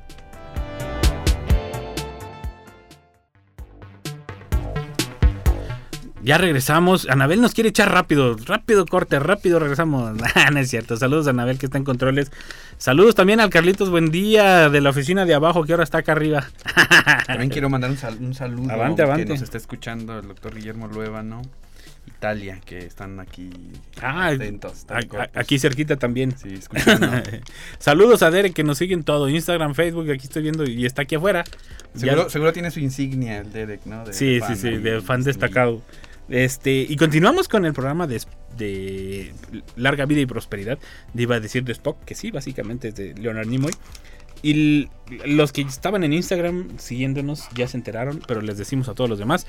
Ya regresamos. Anabel nos quiere echar rápido, rápido corte, rápido regresamos. Nah, no es cierto. Saludos a Anabel que está en controles. Saludos también al Carlitos Buen Día de la oficina de abajo que ahora está acá arriba. También quiero mandar un, sal- un saludo Avante, avante. que nos está escuchando el doctor Guillermo Luevano, Italia, que están aquí Ah, atentos. están a- a- cortos. aquí cerquita también. Sí, escuchando. Saludos a Derek que nos sigue en todo, Instagram, Facebook, aquí estoy viendo y está aquí afuera. seguro, Ya- seguro tiene su insignia el Derek, ¿no? De- sí, de sí, fan, sí, muy de fan distinguido. destacado. Este, y continuamos con el programa de, de Larga Vida y Prosperidad. Iba a decir de Spock, que sí, básicamente es de Leonard Nimoy. Y l- los que estaban en Instagram siguiéndonos ya se enteraron, pero les decimos a todos los demás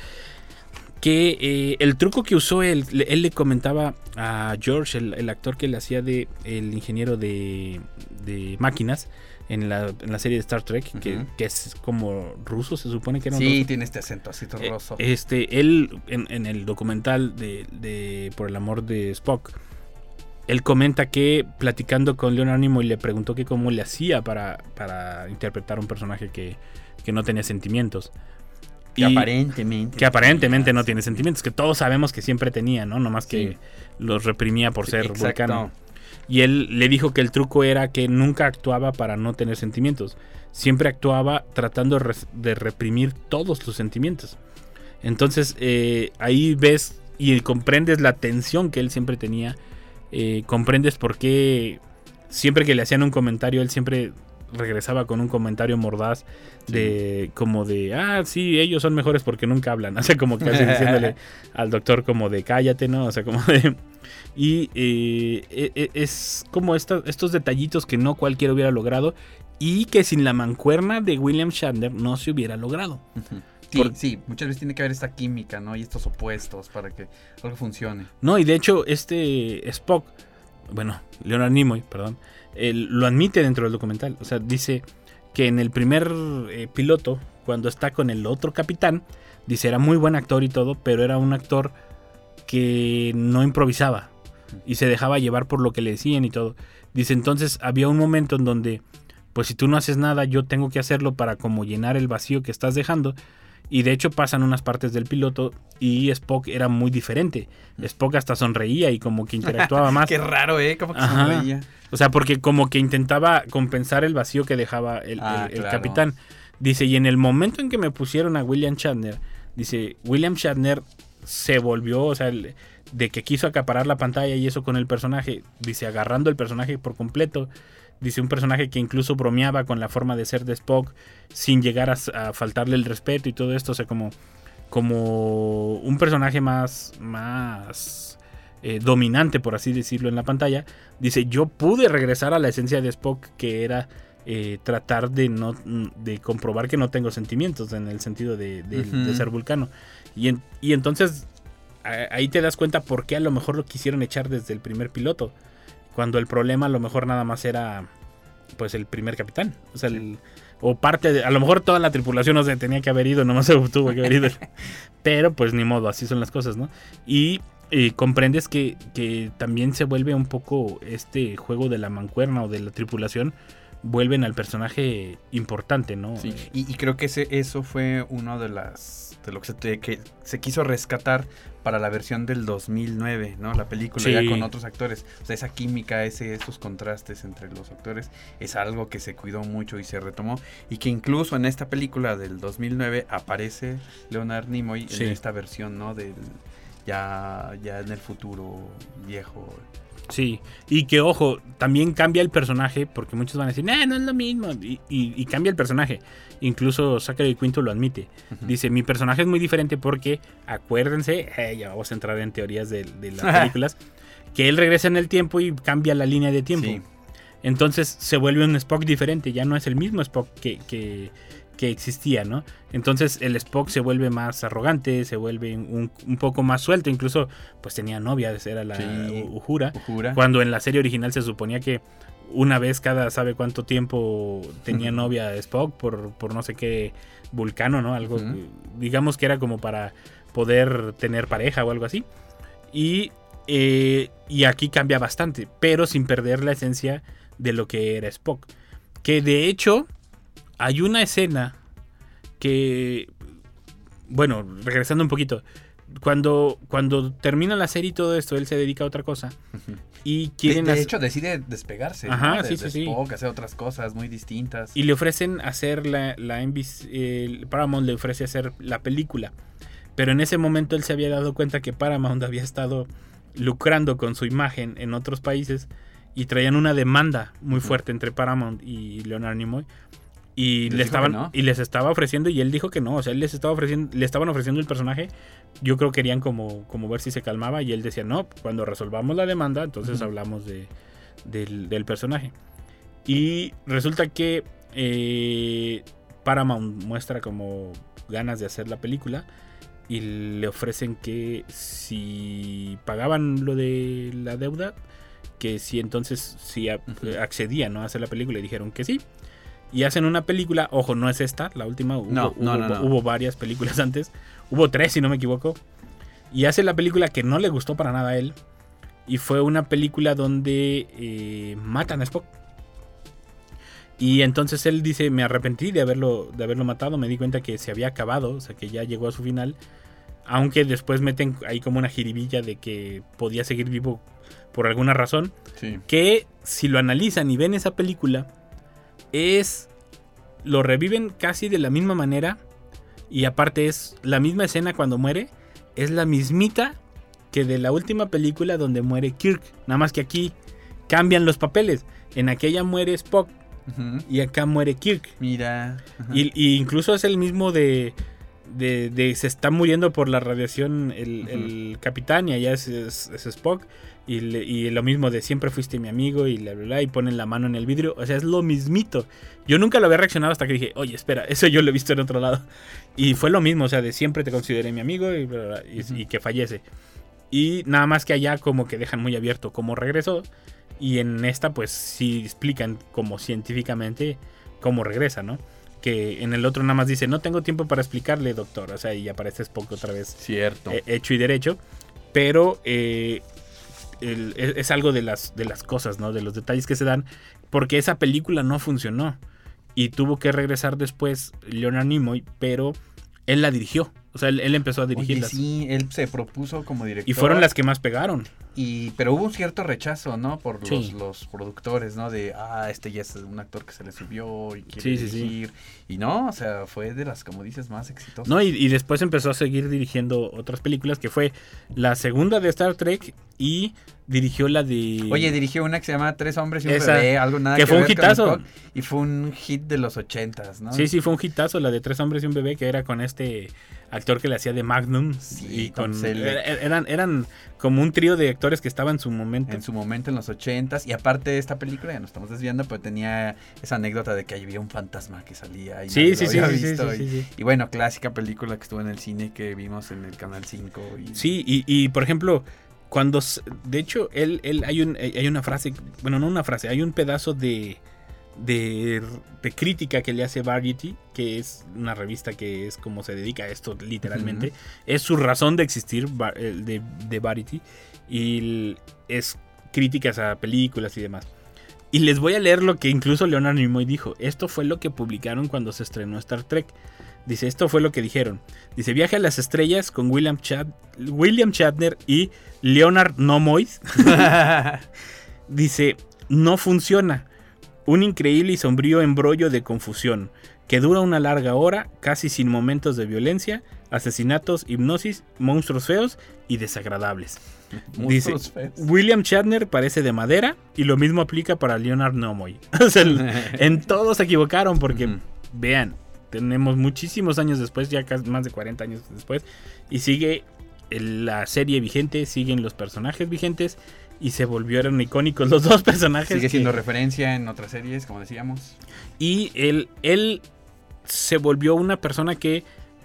que eh, el truco que usó él, le- él le comentaba a George, el, el actor que le hacía de el ingeniero de, de máquinas en la, en la serie de Star Trek, que, Ujú. que es como ruso, se supone que era un Sí, ruso. tiene este acento así Eh, torroso. Este, él en, en el documental de, de Por el amor de Spock, él comenta que platicando con Leonard Nimoy le preguntó que cómo le hacía para, para interpretar un personaje que, que no tenía sentimientos. que aparentemente. que aparentemente no tiene sentimientos, que todos sabemos que siempre tenía, ¿no? Nomás que Sí. los reprimía por Sí, ser exacto. vulcano. Y él le dijo que el truco era que nunca actuaba para no tener sentimientos. Siempre actuaba tratando de, res- de reprimir todos sus sentimientos. Entonces eh, ahí ves y comprendes la tensión que él siempre tenía. Eh, comprendes por qué siempre que le hacían un comentario, él siempre regresaba con un comentario mordaz de como de, ah, sí, ellos son mejores porque nunca hablan. O sea, como que así diciéndole al doctor como de cállate, ¿no? O sea, como de... Y eh, e- e- es como esta- estos detallitos que no cualquiera hubiera logrado y que sin la mancuerna de William Shatner no se hubiera logrado. Ujú. Sí, Por- sí, muchas veces tiene que haber esta química, ¿no? Y estos opuestos para que algo funcione. No, y de hecho este Spock, bueno, Leonard Nimoy, perdón, él lo admite dentro del documental. O sea, dice que en el primer eh, piloto, cuando está con el otro capitán, dice, era muy buen actor y todo, pero era un actor que no improvisaba y se dejaba llevar por lo que le decían y todo. Dice, entonces había un momento en donde, pues si tú no haces nada, yo tengo que hacerlo para como llenar el vacío que estás dejando. Y de hecho pasan unas partes del piloto y Spock era muy diferente. Spock hasta sonreía y como que interactuaba más. Qué raro, ¿eh? Como que Ajá. sonreía. O sea, porque como que intentaba compensar el vacío que dejaba el, Ah, el- el claro. capitán. Dice, y en el momento en que me pusieron a William Shatner, dice, William Shatner se volvió, o sea, el- de que quiso acaparar la pantalla y eso con el personaje, dice, agarrando el personaje por completo, Dice un personaje que incluso bromeaba con la forma de ser de Spock sin llegar a, a faltarle el respeto y todo esto. O sea, como, como un personaje más, más eh, dominante, por así decirlo, en la pantalla. Dice, yo pude regresar a la esencia de Spock, que era eh, tratar de no de comprobar que no tengo sentimientos en el sentido de, de, uh-huh. de ser vulcano. Y, en, y entonces a, ahí te das cuenta por qué a lo mejor lo quisieron echar desde el primer piloto, cuando el problema a lo mejor nada más era pues el primer capitán. O sea, el, o parte de, a lo mejor toda la tripulación no se tenía que haber ido, nomás se tuvo que haber ido. Pero pues ni modo, así son las cosas, ¿no? Y eh, comprendes que, que también se vuelve un poco este juego de la mancuerna o de la tripulación, vuelven al personaje importante, ¿no? Sí, y, y creo que ese, eso fue uno de las de lo que se, te, que se quiso rescatar para la versión del dos mil nueve, ¿no? La película sí. ya con otros actores. O sea, esa química, ese, esos contrastes entre los actores es algo que se cuidó mucho y se retomó. Y que incluso en esta película del dos mil nueve aparece Leonard Nimoy sí. en esta versión, ¿no? Del ya, ya en el futuro viejo. Sí, y que ojo, también cambia el personaje, porque muchos van a decir, nah, no es lo mismo, y, y, y cambia el personaje. Incluso Zachary Quinto lo admite. Uh-huh. Dice, mi personaje es muy diferente porque, acuérdense, eh, ya vamos a entrar en teorías de, de las películas, que él regresa en el tiempo y cambia la línea de tiempo. Sí. Entonces se vuelve un Spock diferente, ya no es el mismo Spock que... que que existía, ¿no? Entonces el Spock se vuelve más arrogante, se vuelve un, un poco más suelto, incluso pues tenía novia, era la sí, Uhura, Uhura, cuando en la serie original se suponía que una vez cada sabe cuánto tiempo tenía uh-huh. novia Spock por, por no sé qué vulcano, ¿no? Algo, uh-huh. digamos que era como para poder tener pareja o algo así. Y, eh, y aquí cambia bastante, pero sin perder la esencia de lo que era Spock. Que de hecho... hay una escena que, bueno, regresando un poquito, cuando, cuando termina la serie y todo esto, él se dedica a otra cosa. Uh-huh. Y quieren de, de hecho, decide despegarse. Ajá, ¿no? de, sí, de sí, Spock, sí. hacer otras cosas muy distintas. Y le ofrecen hacer la, la N B C, el Paramount le ofrece hacer la película. Pero en ese momento él se había dado cuenta que Paramount había estado lucrando con su imagen en otros países y traían una demanda muy uh-huh. fuerte entre Paramount y Leonard Nimoy. Y, le estaban, no? y les estaba ofreciendo, y él dijo que no, o sea, él les estaba ofreciendo, le estaban ofreciendo el personaje. Yo creo que querían como, como ver si se calmaba, y él decía, no, cuando resolvamos la demanda, entonces uh-huh. hablamos de, del, del personaje. Y resulta que eh, Paramount muestra como ganas de hacer la película, y le ofrecen que si pagaban lo de la deuda, que si entonces si uh-huh. accedían, ¿no? a hacer la película, y dijeron que sí. Y hacen una película, ojo, no es esta, la última, hubo, no, no, hubo, no, no. hubo varias películas antes, hubo tres si no me equivoco, y hace la película que no le gustó para nada a él, y fue una película donde eh, matan a Spock. Y entonces él dice, me arrepentí de haberlo, de haberlo matado, me di cuenta que se había acabado, o sea que ya llegó a su final, aunque después meten ahí como una jiribilla de que podía seguir vivo por alguna razón, sí. que si lo analizan y ven esa película, es lo reviven casi de la misma manera, y aparte es la misma escena cuando muere, es la mismita que de la última película donde muere Kirk, nada más que aquí cambian los papeles. En aquella muere Spock uh-huh. y acá muere Kirk. Mira, uh-huh. y, y incluso es el mismo de, de, de se está muriendo por la radiación el, uh-huh. el capitán, y allá es, es, es Spock. Y, le, y lo mismo de siempre fuiste mi amigo y bla, bla, bla, y ponen la mano en el vidrio. O sea, es lo mismito. Yo nunca lo había reaccionado hasta que dije, oye, espera, eso yo lo he visto en otro lado. Y fue lo mismo, o sea, de siempre te consideré mi amigo y, bla, bla, y, uh-huh. y que fallece. Y nada más que allá como que dejan muy abierto cómo regresó. Y en esta pues sí explican como científicamente cómo regresa, ¿no? Que en el otro nada más dice, no tengo tiempo para explicarle, doctor. O sea, y aparece Spock otra vez. Cierto. Eh, hecho y derecho. Pero... Eh, El, es, es algo de las, de las cosas, ¿no? De los detalles que se dan, porque esa película no funcionó y tuvo que regresar después Leonard Nimoy, pero él la dirigió, o sea, él, él empezó a dirigirlas. Oye, sí, él se propuso como director. Y fueron las que más pegaron. y pero hubo un cierto rechazo, ¿no? Por Sí. los, los productores, ¿no? De, ah, este ya es un actor que se le subió y quiere Sí, sí, sí. dirigir. Y no, o sea, fue de las, como dices, más exitosas. No, y, y después empezó a seguir dirigiendo otras películas, que fue la segunda de Star Trek y dirigió la de... Oye, dirigió una que se llama Tres hombres y un Esa, bebé, algo nada que que, fue un ver con hitazo. Spock, y fue un hit de los ochentas, ¿no? Sí, sí, fue un hitazo, la de Tres hombres y un bebé, que era con este actor que le hacía de Magnum. Sí, y Tom con Selleck. er- eran, eran como un trío de actores que estaban en su momento. En su momento, en los ochentas. Y aparte de esta película, ya nos estamos desviando, pero tenía esa anécdota de que había un fantasma que salía y Sí, nadie sí, lo sí, había sí, sí, visto. sí, y, sí, sí. y bueno, clásica película que estuvo en el cine que vimos en el Canal cinco. Y, Sí, y, y por ejemplo, cuando... s- De hecho, él, él hay, un, hay una frase, bueno, no una frase, hay un pedazo de, de, de crítica que le hace Variety, que es una revista que es como se dedica a esto literalmente. Ujú. Es su razón de existir, Va- el de, de Variety, y el- es críticas a películas y demás. Y les voy a leer lo que incluso Leonard Nimoy dijo. Esto fue lo que publicaron cuando se estrenó Star Trek. Dice, esto fue lo que dijeron. Dice, Viaje a las estrellas con William, Chad William Shatner y Leonard Nimoy. Dice, no funciona. Un increíble y sombrío embrollo de confusión que dura una larga hora, casi sin momentos de violencia, asesinatos, hipnosis, monstruos feos y desagradables. Dice, Monstruos feos. William Shatner parece de madera y lo mismo aplica para Leonard Nimoy. O sea, en todo se equivocaron porque, Ujú. vean, tenemos muchísimos años después, ya casi más de cuarenta años después, y sigue el- la serie vigente, siguen los personajes vigentes y se volvieron icónicos los dos personajes. Sigue que- siendo referencia en otras series, como decíamos. y él, él se volvió una persona que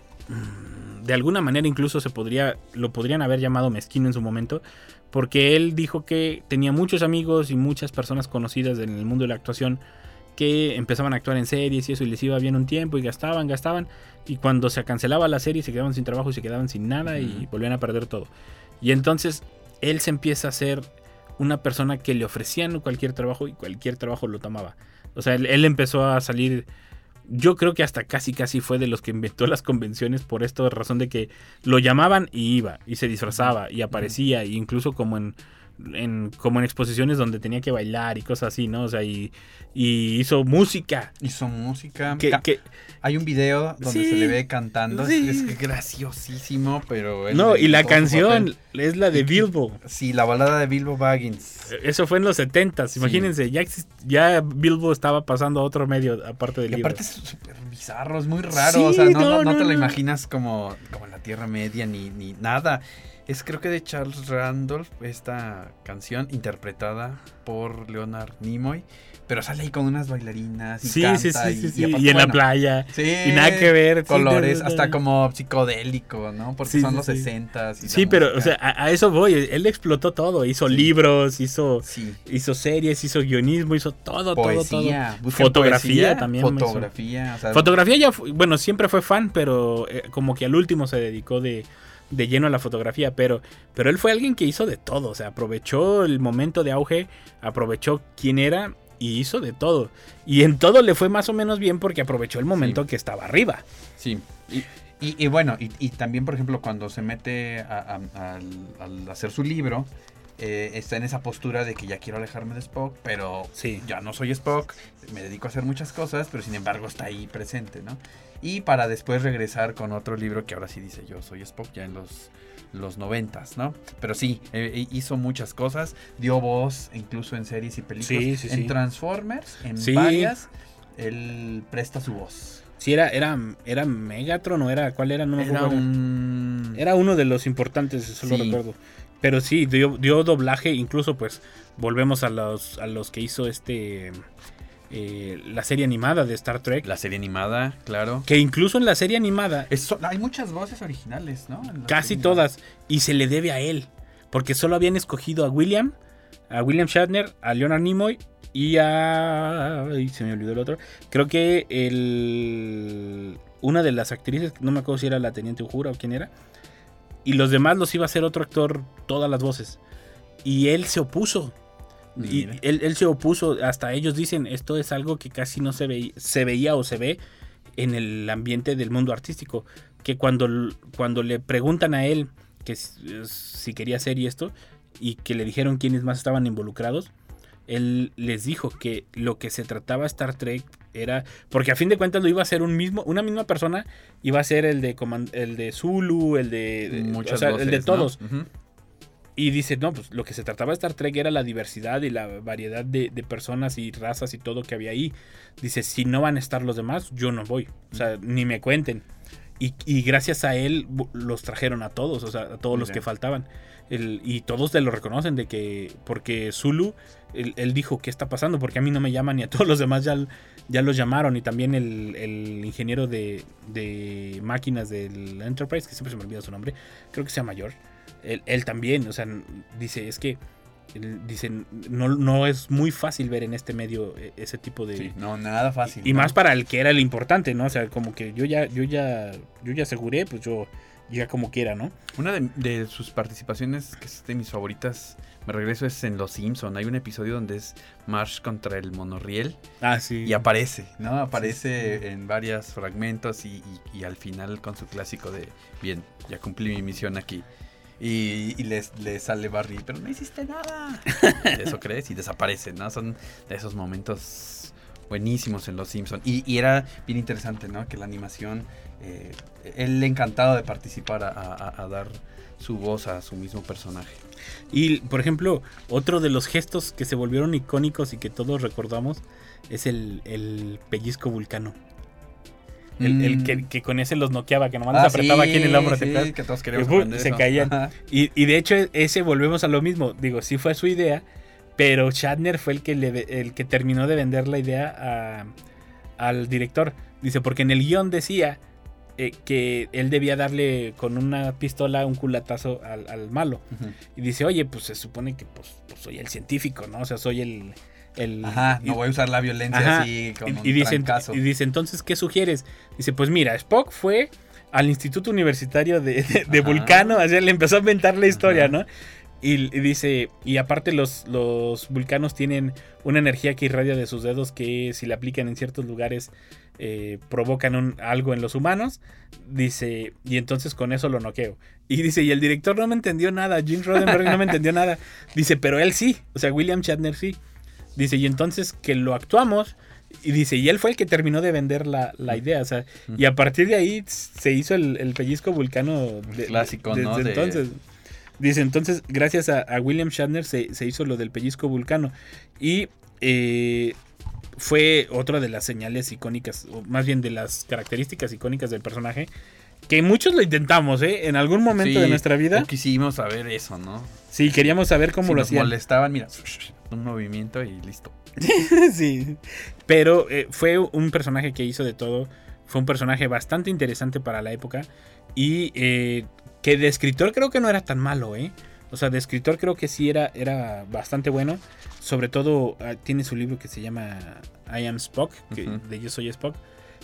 mm, de alguna manera incluso se podría, lo podrían haber llamado mezquino en su momento, porque él dijo que tenía muchos amigos y muchas personas conocidas en el mundo de la actuación que empezaban a actuar en series y eso, y les iba bien un tiempo y gastaban, gastaban, y cuando se cancelaba la serie se quedaban sin trabajo y se quedaban sin nada y Ujú. volvían a perder todo. Y entonces él se empieza a ser una persona que le ofrecían cualquier trabajo y cualquier trabajo lo tomaba. O sea, él, él empezó a salir, yo creo que hasta casi casi fue de los que inventó las convenciones por esta razón de que lo llamaban y iba, y se disfrazaba, y aparecía, e incluso como en, en, como en exposiciones donde tenía que bailar y cosas así, ¿no? O sea, y, y hizo música. Hizo música. Que, Ca- que- Hay un video donde Sí. se le ve cantando. Sí. Es, es graciosísimo, pero... él no, le y la quitó su canción papel. es la de Y- Bilbo. Sí, la balada de Bilbo Baggins. Eso fue en los setentas, Sí. imagínense, ya, exist- ya Bilbo estaba pasando a otro medio aparte del Y libro. aparte es súper bizarro, es muy raro. Sí, o sea, no, no, no, no no, te lo no. imaginas como, como en la Tierra Media ni, ni nada. Es creo que de Charles Randolph, esta canción interpretada por Leonard Nimoy. Pero sale ahí con unas bailarinas y Sí, canta. sí, sí, y, sí, y sí, aparte, y en la bueno, playa. Sí, Y nada que ver. sí, colores, de- de- hasta como psicodélico, ¿no? Porque Sí, son sí, los sí. sesentas. y la Sí, pero, o música. sea, a, a eso voy. Él explotó todo. Hizo Sí. libros, hizo, Sí. hizo series, hizo guionismo, hizo todo, todo, todo. Poesía, busquen Fotografía poesía, también hizo. Fotografía, o sea, Fotografía ya, fu- bueno, siempre fue fan, pero eh, como que al último se dedicó de, de lleno a la fotografía. Pero, pero él fue alguien que hizo de todo. O sea, aprovechó el momento de auge, aprovechó quién era y hizo de todo. Y en todo le fue más o menos bien porque aprovechó el momento Sí. que estaba arriba. Sí, y, y, y bueno, y, y también, por ejemplo, cuando se mete a, a- al, al hacer su libro, eh, está en esa postura de que ya quiero alejarme de Spock, pero Sí. ya no soy Spock, me dedico a hacer muchas cosas, pero sin embargo está ahí presente, ¿no? Y para después regresar con otro libro que ahora sí dice yo soy Spock, ya en los, los noventas, ¿no? Pero sí, eh, hizo muchas cosas, dio voz incluso en series y películas, Sí, sí, en sí. Transformers, en Sí. varias, él presta su voz. Sí, era, era, era Megatron o era, ¿cuál era? No me Era acuerdo. un... Era uno de los importantes, eso lo Sí. recuerdo. Pero sí, dio, dio doblaje, incluso pues volvemos a los, a los que hizo este eh, la serie animada de Star Trek. La serie animada, claro. Que incluso en la serie animada, Es so- hay muchas voces originales, ¿no? En la casi serie todas, y se le debe a él. Porque solo habían escogido a William, a William Shatner, a Leonard Nimoy y a... Ay, se me olvidó el otro. Creo que el... una de las actrices, no me acuerdo si era la Teniente Uhura o quién era. Y los demás los iba a hacer otro actor todas las voces. Y él se opuso. Y Mira. él, él se opuso. Hasta ellos dicen, esto es algo que casi no se, veía, se veía o se ve en el ambiente del mundo artístico. Que cuando, cuando le preguntan a él que si, si quería hacer y esto, y que le dijeron quiénes más estaban involucrados, él les dijo que lo que se trataba Star Trek era, porque a fin de cuentas lo iba a ser un mismo, una misma persona, iba a ser el de comand- el de Zulu, el de, de Muchas o sea, voces, el de todos. ¿no? Uh-huh. Y dice, no, pues lo que se trataba de Star Trek era la diversidad y la variedad de, de personas y razas y todo que había ahí. Dice, si no van a estar los demás, yo no voy. O sea, ni me cuenten. Y, y gracias a él los trajeron a todos, o sea, a todos los que faltaban. El, y todos te lo reconocen de que, porque Zulu, él, él dijo, ¿qué está pasando? Porque a mí no me llaman y a todos los demás ya, ya los llamaron. Y también el, el ingeniero de, de máquinas del Enterprise, que siempre se me olvida su nombre, creo que se llama George. Él, él también, o sea, dice, es que dicen, no, no es muy fácil ver en este medio ese tipo de... Sí, no, nada fácil. Y, y ¿no? más para el que era el importante, ¿no? O sea, como que yo ya, yo ya, yo ya aseguré, pues yo ya como quiera, ¿no? Una de, de sus participaciones, que es de mis favoritas, me regreso, es en Los Simpson. Hay un episodio donde es Marsh contra el monorriel. Ah, sí. Y aparece, ¿no? Aparece sí. en varios fragmentos y, y, y al final con su clásico de, bien, ya cumplí mi misión aquí. Y, y les, les sale Barney, pero no hiciste nada. Eso crees y desaparece, ¿no? Son de esos momentos buenísimos en Los Simpson. Y, y era bien interesante, ¿no? Que la animación, eh, él encantado de participar a, a, a dar su voz a su mismo personaje. Y, por ejemplo, otro de los gestos que se volvieron icónicos y que todos recordamos es el, el pellizco vulcano. El, el que, que con ese los noqueaba, que nomás ah, los apretaba sí, aquí en el hombro, ¿te sí, que todos queríamos y, se eso. caían. Y, y de hecho, ese volvemos a lo mismo. Digo, sí fue su idea, pero Shatner fue el que, le, el que terminó de vender la idea a, al director. Dice, porque en el guión decía eh, que él debía darle con una pistola un culatazo al, al malo. Uh-huh. Y dice, oye, pues se supone que pues, pues soy el científico, ¿no? O sea, soy el... El, Ajá, no y, voy a usar la violencia ajá, así con y, un y dice, trancazo. Y dice, entonces, ¿qué sugieres? Dice, pues mira, Spock fue al Instituto Universitario de, de, de Vulcano, así le empezó a inventar la historia, ajá. ¿no? Y, y dice, y aparte los, los vulcanos tienen una energía que irradia de sus dedos que si la aplican en ciertos lugares eh, provocan un, algo en los humanos. Dice, y entonces con eso lo noqueo. Y dice, y el director no me entendió nada, Gene Roddenberry no me entendió nada. Dice, pero él sí, o sea, William Shatner sí. Dice, y entonces que lo actuamos, y dice, y él fue el que terminó de vender la, la idea, o sea, y a partir de ahí se hizo el, el pellizco vulcano de, clásico, de, ¿no? Desde De... entonces. Dice, entonces, gracias a, a William Shatner se, se hizo lo del pellizco vulcano. Y eh, fue otra de las señales icónicas, o más bien de las características icónicas del personaje, que muchos lo intentamos, ¿eh? En algún momento sí, de nuestra vida. O quisimos saber eso, ¿no? Sí, queríamos saber cómo si lo nos hacían. molestaban, mira, un movimiento y listo. Sí, pero eh, fue un personaje que hizo de todo. Fue un personaje bastante interesante para la época. Y eh, que de escritor creo que no era tan malo, ¿eh? O sea, de escritor creo que sí era, era bastante bueno. Sobre todo uh, tiene su libro que se llama I Am Spock, que, uh-huh. de Yo Soy Spock.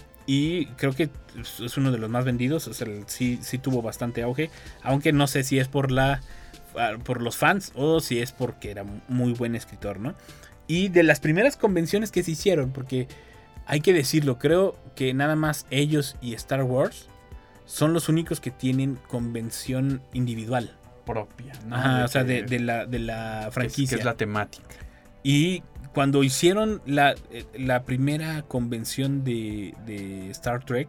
Y creo que es uno de los más vendidos. O sea, sí, sí tuvo bastante auge. Aunque no sé si es por la por los fans o si es porque era muy buen escritor, ¿no? Y de las primeras convenciones que se hicieron, porque hay que decirlo, creo que nada más ellos y Star Wars son los únicos que tienen convención individual. Propia, ¿no? Ajá, de o sea, que, de, de, la, de la franquicia. Que es, que es la temática. Y cuando hicieron la, la primera convención de, de Star Trek,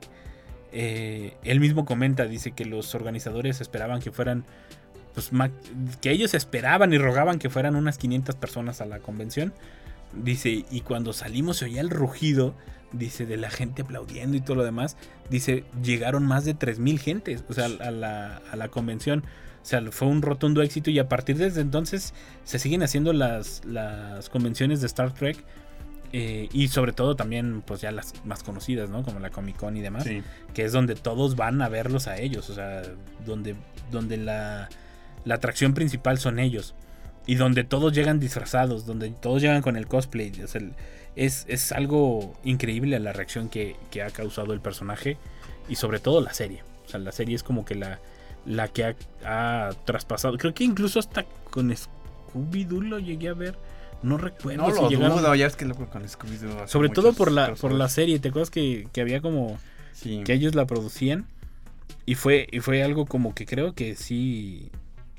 eh, él mismo comenta, dice que los organizadores esperaban que fueran, pues, que ellos esperaban y rogaban que fueran unas quinientas personas a la convención. Dice, y cuando salimos se oía el rugido, dice, de la gente aplaudiendo y todo lo demás. Dice, llegaron más de tres mil gentes, o sea, a la, a la convención. O sea, fue un rotundo éxito y a partir de desde entonces se siguen haciendo las, las convenciones de Star Trek. Eh, y sobre todo también, pues ya las más conocidas, ¿no? Como la Comic Con y demás. Sí. Que es donde todos van a verlos a ellos. O sea, donde, donde la, la atracción principal son ellos. Y donde todos llegan disfrazados, donde todos llegan con el cosplay. O sea, es, es algo increíble la reacción que, que ha causado el personaje. Y sobre todo la serie. O sea, la serie es como que la... la que ha, ha traspasado. Creo que incluso hasta con Scooby-Doo lo llegué a ver. No recuerdo. No si lo llegaron... dudo, ya es que loco con Scooby-Doo. Sobre todo por la, por la serie. ¿Te acuerdas que, que había como... Sí. Que ellos la producían? Y fue, y fue algo como que creo que sí...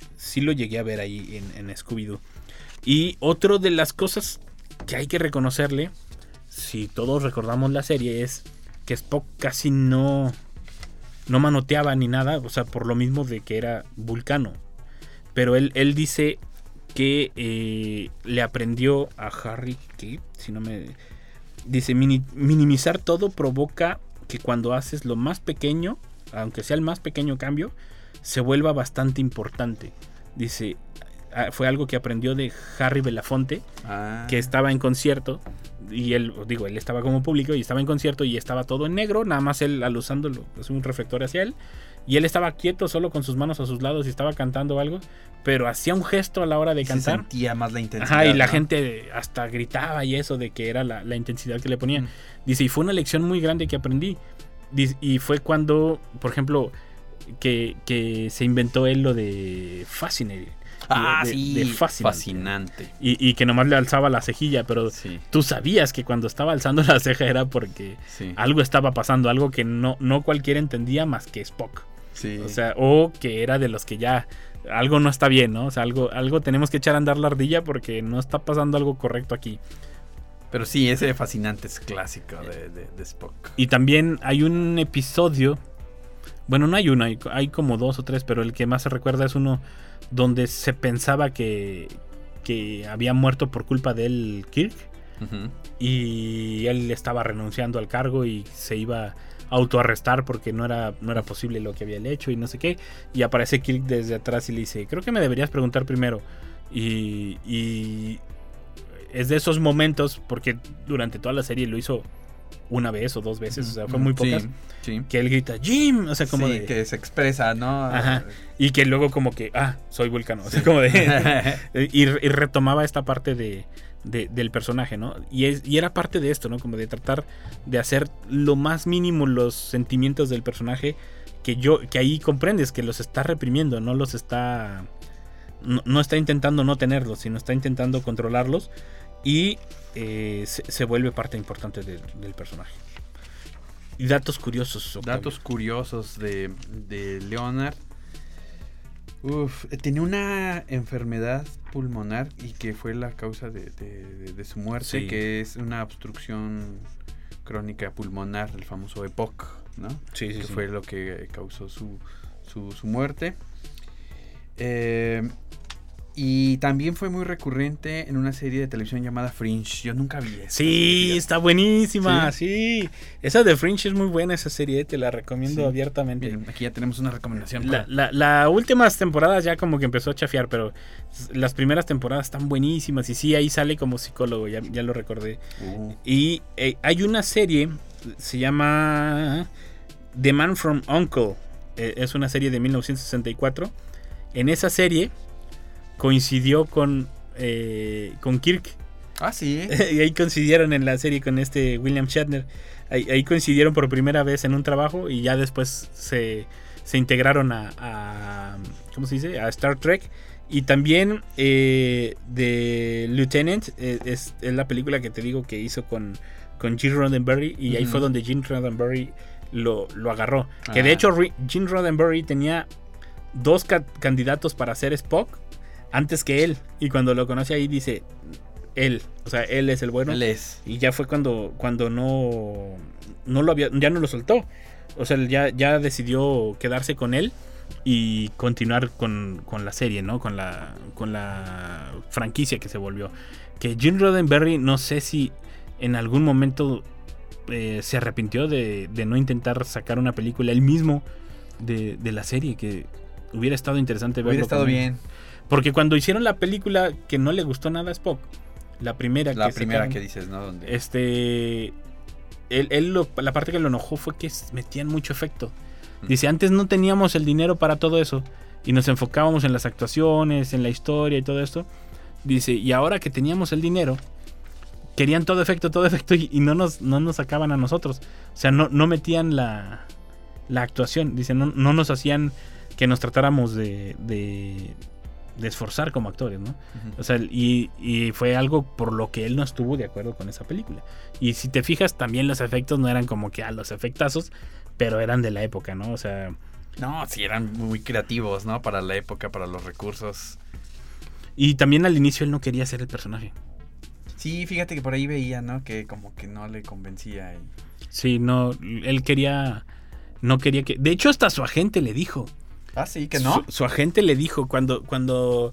sí lo llegué a ver ahí en, en Scooby-Doo. Y otro de las cosas que hay que reconocerle, si todos recordamos la serie, es que Spock casi no, no manoteaba ni nada, o sea, por lo mismo de que era vulcano. Pero él, él dice que eh, le aprendió a Harry, que si no me... Dice, mini, minimizar todo provoca que cuando haces lo más pequeño, aunque sea el más pequeño cambio, se vuelva bastante importante. Dice, fue algo que aprendió de Harry Belafonte, ah. que estaba en concierto, y él, digo, él estaba como público y estaba en concierto y estaba todo en negro, nada más él alusándolo, es un reflector hacia él, y él estaba quieto solo con sus manos a sus lados y estaba cantando algo, pero hacía un gesto a la hora de y cantar. Se sentía más la intensidad. Ajá, y la ¿no? gente hasta gritaba y eso de que era la, la intensidad que le ponían. Mm. Dice, y fue una lección muy grande que aprendí. Dice, y fue cuando, por ejemplo, que, que se inventó él lo de Fascinating. Ah, de, sí, de fascinante. fascinante. Y, y que nomás le alzaba la cejilla, pero sí. tú sabías que cuando estaba alzando la ceja era porque sí. algo estaba pasando, algo que no, no cualquiera entendía más que Spock. Sí. O sea, o que era de los que ya algo no está bien, ¿no? O sea, algo, algo tenemos que echar a andar la ardilla porque no está pasando algo correcto aquí. Pero sí, ese fascinante es clásico de, de, de Spock. Y también hay un episodio, bueno, no hay uno, hay, hay como dos o tres, pero el que más se recuerda es uno donde se pensaba que, que había muerto por culpa de él Kirk. Uh-huh. Y él estaba renunciando al cargo y se iba a autoarrestar porque no era, no era posible lo que había hecho y no sé qué. Y aparece Kirk desde atrás y le dice, creo que me deberías preguntar primero. Y, y es de esos momentos, porque durante toda la serie lo hizo una vez o dos veces, o sea, fue muy pocas, sí, sí. que él grita Jim, o sea, como sí, de que se expresa, ¿no? Ajá. Y que luego como que, ah, soy vulcano, o sea, sí. como de y, y retomaba esta parte de, de del personaje, ¿no? Y, es, y era parte de esto, ¿no? Como de tratar de hacer lo más mínimo los sentimientos del personaje, que yo que ahí comprendes que los está reprimiendo, no los está no, no está intentando no tenerlos, sino está intentando controlarlos. Y eh, se, se vuelve parte importante de, del personaje. Y datos curiosos, Octavio. Datos curiosos de, de Leonard. Uf, tenía una enfermedad pulmonar y que fue la causa de, de, de su muerte, sí. que es una obstrucción crónica pulmonar, el famoso E P O C, ¿no? Sí, sí, que sí. fue lo que causó su, su, su muerte. Eh... Y también fue muy recurrente en una serie de televisión llamada Fringe. Yo nunca vi esa. Sí, serie. Está buenísima. ¿Sí? sí. Esa de Fringe es muy buena, esa serie. Te la recomiendo sí. abiertamente. Miren, aquí ya tenemos una recomendación. La, la, la últimas temporadas ya como que empezó a chafiar, pero las primeras temporadas están buenísimas. Y sí, ahí sale como psicólogo, ya, ya lo recordé. Uh. Y eh, hay una serie, se llama The Man from U N C L E. Eh, es una serie de mil novecientos sesenta y cuatro. En esa serie coincidió con eh, con Kirk. Ah, sí. Y ahí coincidieron en la serie con este William Shatner. Ahí, ahí coincidieron por primera vez en un trabajo y ya después se, se integraron a, a ¿cómo se dice? A Star Trek. Y también eh, The Lieutenant eh, es, es la película que te digo que hizo con, con Gene Roddenberry. Y uh-huh. ahí fue donde Gene Roddenberry lo, lo agarró. Ah. Que de hecho Gene Roddenberry tenía dos ca- candidatos para ser Spock antes que él, y cuando lo conoce ahí dice él, o sea, él es el bueno. Él es. Y ya fue cuando cuando no no lo había, ya no lo soltó. O sea, ya, ya decidió quedarse con él y continuar con, con la serie, ¿no? Con la con la franquicia que se volvió. Que Gene Roddenberry, no sé si en algún momento eh, se arrepintió de, de no intentar sacar una película él mismo de, de la serie, que hubiera estado interesante verlo. Hubiera estado bien. Porque cuando hicieron la película que no le gustó nada a Spock, la primera la que primera sacaron, que dices, ¿no? Donde... Este, él, él lo, la parte que lo enojó fue que metían mucho efecto. Dice, antes no teníamos el dinero para todo eso y nos enfocábamos en las actuaciones, en la historia y todo esto. Dice, y ahora que teníamos el dinero, querían todo efecto, todo efecto y, y no nos no nos sacaban a nosotros. O sea, no, no metían la, la actuación. Dice, no, no nos hacían que nos tratáramos de... de de esforzar como actores, ¿no? Uh-huh. O sea, y, y fue algo por lo que él no estuvo de acuerdo con esa película. Y si te fijas, también los efectos no eran como que a ah, los efectazos, pero eran de la época, ¿no? O sea, No, sí, eran muy creativos, ¿no? Para la época, para los recursos. Y también al inicio él no quería ser el personaje. Sí, fíjate que por ahí veía, ¿no? Que como que no le convencía. Y... Sí, no, él quería, no quería que... De hecho, hasta su agente le dijo. Ah, sí, que no. Su, su agente le dijo cuando, cuando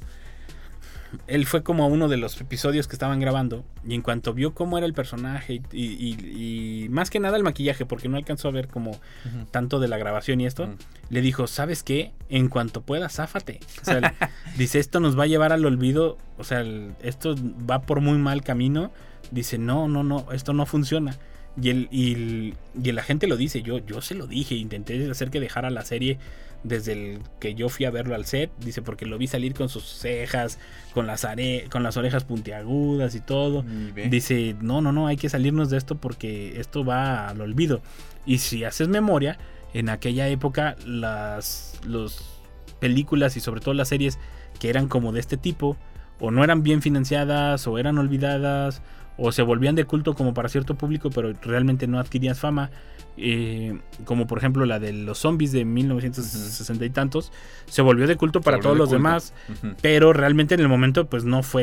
él fue como a uno de los episodios que estaban grabando y en cuanto vio cómo era el personaje y, y, y más que nada el maquillaje, porque no alcanzó a ver como uh-huh. tanto de la grabación y esto, uh-huh. le dijo, ¿sabes qué? En cuanto puedas, záfate. O sea, dice, esto nos va a llevar al olvido, o sea, el, esto va por muy mal camino. Dice, no, no, no, esto no funciona. Y el, y el, y el agente lo dice, yo, yo se lo dije, intenté hacer que dejara la serie desde el que yo fui a verlo al set, dice, porque lo vi salir con sus cejas, con las, are- con las orejas puntiagudas y todo. Dice, no, no, no, hay que salirnos de esto porque esto va al olvido. Y si haces memoria, en aquella época las los películas y sobre todo las series que eran como de este tipo, o no eran bien financiadas, o eran olvidadas, o se volvían de culto como para cierto público, pero realmente no adquirían fama. Eh, como por ejemplo la de los zombies de mil novecientos sesenta uh-huh. y tantos, se volvió de culto para todos de los culto. demás, uh-huh. pero realmente en el momento pues no fue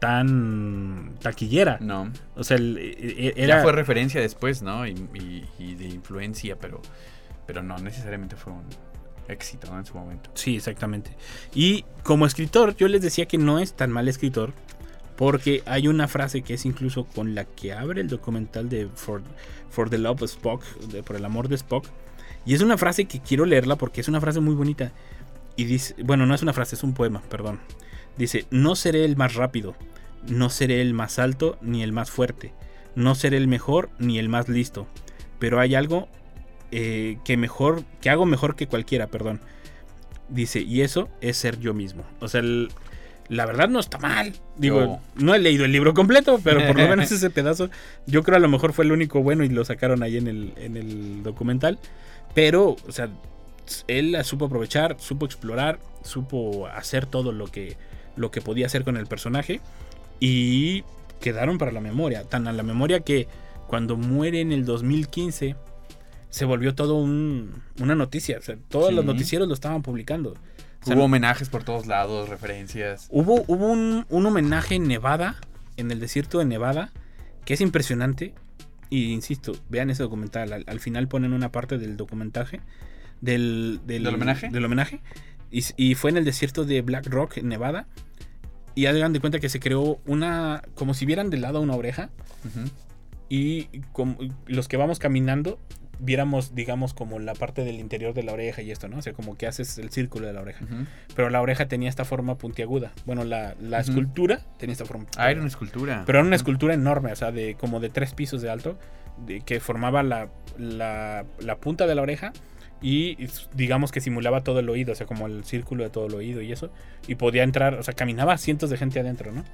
tan taquillera. No. O sea, el, era... ya fue referencia después, ¿no? Y, y, y de influencia, pero, pero no necesariamente fue un éxito, ¿no? En su momento. Sí, exactamente. Y como escritor, yo les decía que no es tan mal escritor, porque hay una frase que es incluso con la que abre el documental de For, For the Love of Spock, de Por el amor de Spock. Y es una frase que quiero leerla porque es una frase muy bonita. Y dice, bueno, no es una frase, es un poema, perdón. Dice, no seré el más rápido, no seré el más alto ni el más fuerte, no seré el mejor ni el más listo, pero hay algo eh, que mejor, que hago mejor que cualquiera, perdón. Dice, y eso es ser yo mismo. O sea, el... la verdad no está mal. Digo, yo... no he leído el libro completo, pero por lo menos ese pedazo, yo creo a lo mejor fue el único bueno y lo sacaron ahí en el, en el documental. Pero, o sea, él la supo aprovechar, supo explorar, supo hacer todo lo que, lo que podía hacer con el personaje y quedaron para la memoria. Tan a la memoria que cuando muere en el dos mil quince se volvió todo un, una noticia. O sea, todos sí. los noticieros lo estaban publicando. O sea, hubo homenajes por todos lados, referencias. Hubo, hubo un, un homenaje en Nevada, en el desierto de Nevada, que es impresionante. Y insisto, vean ese documental. Al, al final ponen una parte del documentaje. Del, del, ¿Del homenaje? Del homenaje. Y, y fue en el desierto de Black Rock, en Nevada. Y hagan de cuenta que se creó una... como si vieran de lado una oreja. Uh-huh. Y como, los que vamos caminando... viéramos, digamos, como la parte del interior de la oreja y esto, ¿no? O sea, como que haces el círculo de la oreja. Uh-huh. Pero la oreja tenía esta forma puntiaguda. Bueno, la, la uh-huh. escultura tenía esta forma puntiaguda. Ah, era una escultura. Pero era una escultura enorme, o sea, de como de tres pisos de alto, de, que formaba la, la, la punta de la oreja y, digamos, que simulaba todo el oído, o sea, como el círculo de todo el oído y eso. Y podía entrar, o sea, caminaba cientos de gente adentro, ¿no?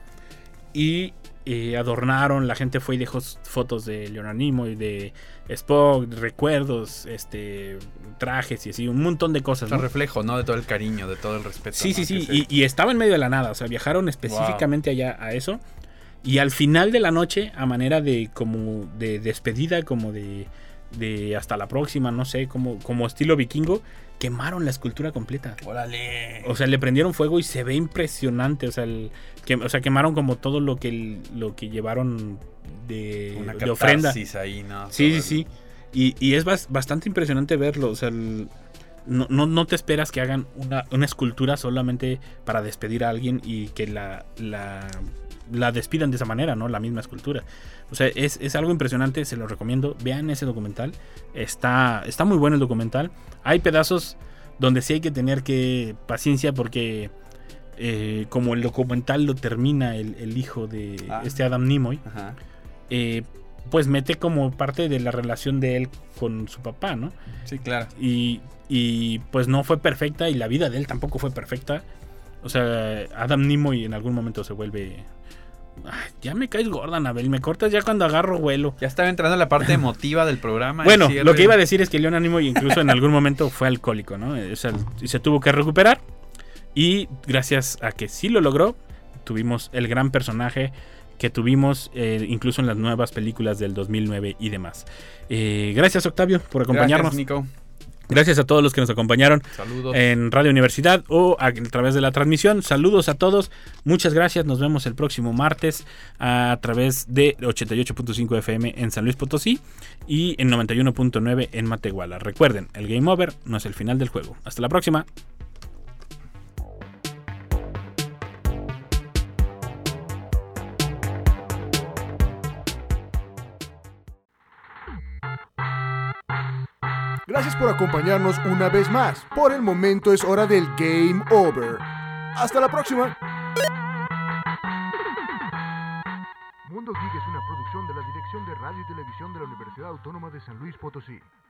Y eh, adornaron, la gente fue y dejó fotos de Leonard Nimoy, de Spock, recuerdos, este, trajes y así, un montón de cosas. O sea, ¿no? reflejo, ¿no? De todo el cariño, de todo el respeto. Sí, ¿no? sí, sí, se... y, y estaba en medio de la nada, o sea, viajaron específicamente wow. allá a eso. Y al final de la noche, a manera de como de despedida, como de, de hasta la próxima, no sé, como, como estilo vikingo, quemaron la escultura completa. ¡Órale! O sea, le prendieron fuego y se ve impresionante. O sea, el, que, o sea quemaron como todo lo que, el, lo que llevaron de, Una de ofrenda. Ahí, ¿no? Sí, sí, sí. Y, y es bas, bastante impresionante verlo. O sea, el, no, no, no te esperas que hagan una, una escultura solamente para despedir a alguien y que la, la, la despidan de esa manera, ¿no? La misma escultura. O sea, es, es algo impresionante, se lo recomiendo. Vean ese documental. Está, está muy bueno el documental. Hay pedazos donde sí hay que tener que paciencia porque eh, como el documental lo termina el, el hijo de ah. este Adam Nimoy, eh, pues mete como parte de la relación de él con su papá, ¿no? Sí, claro. Y, y pues no fue perfecta y la vida de él tampoco fue perfecta. O sea, Adam Nimoy en algún momento se vuelve... Ay, ya me caes gorda, Anabel. Me cortas ya cuando agarro vuelo. Ya estaba entrando la parte emotiva del programa. Bueno, lo que iba a decir es que Leonard Nimoy incluso en algún momento fue alcohólico, ¿no? O sea, y se tuvo que recuperar. Y gracias a que sí lo logró, tuvimos el gran personaje que tuvimos eh, incluso en las nuevas películas del dos mil nueve y demás. Eh, gracias, Octavio, por acompañarnos. Gracias, Nico. Gracias a todos los que nos acompañaron Saludos. en Radio Universidad o a, a través de la transmisión. Saludos a todos. Muchas gracias. Nos vemos el próximo martes a través de ochenta y ocho punto cinco F M en San Luis Potosí y en noventa y uno punto nueve en Matehuala. Recuerden, el Game Over no es el final del juego. Hasta la próxima. Gracias por acompañarnos una vez más. Por el momento es hora del Game Over. Hasta la próxima. Mundo Geek es una producción de la Dirección de Radio y Televisión de la Universidad Autónoma de San Luis Potosí.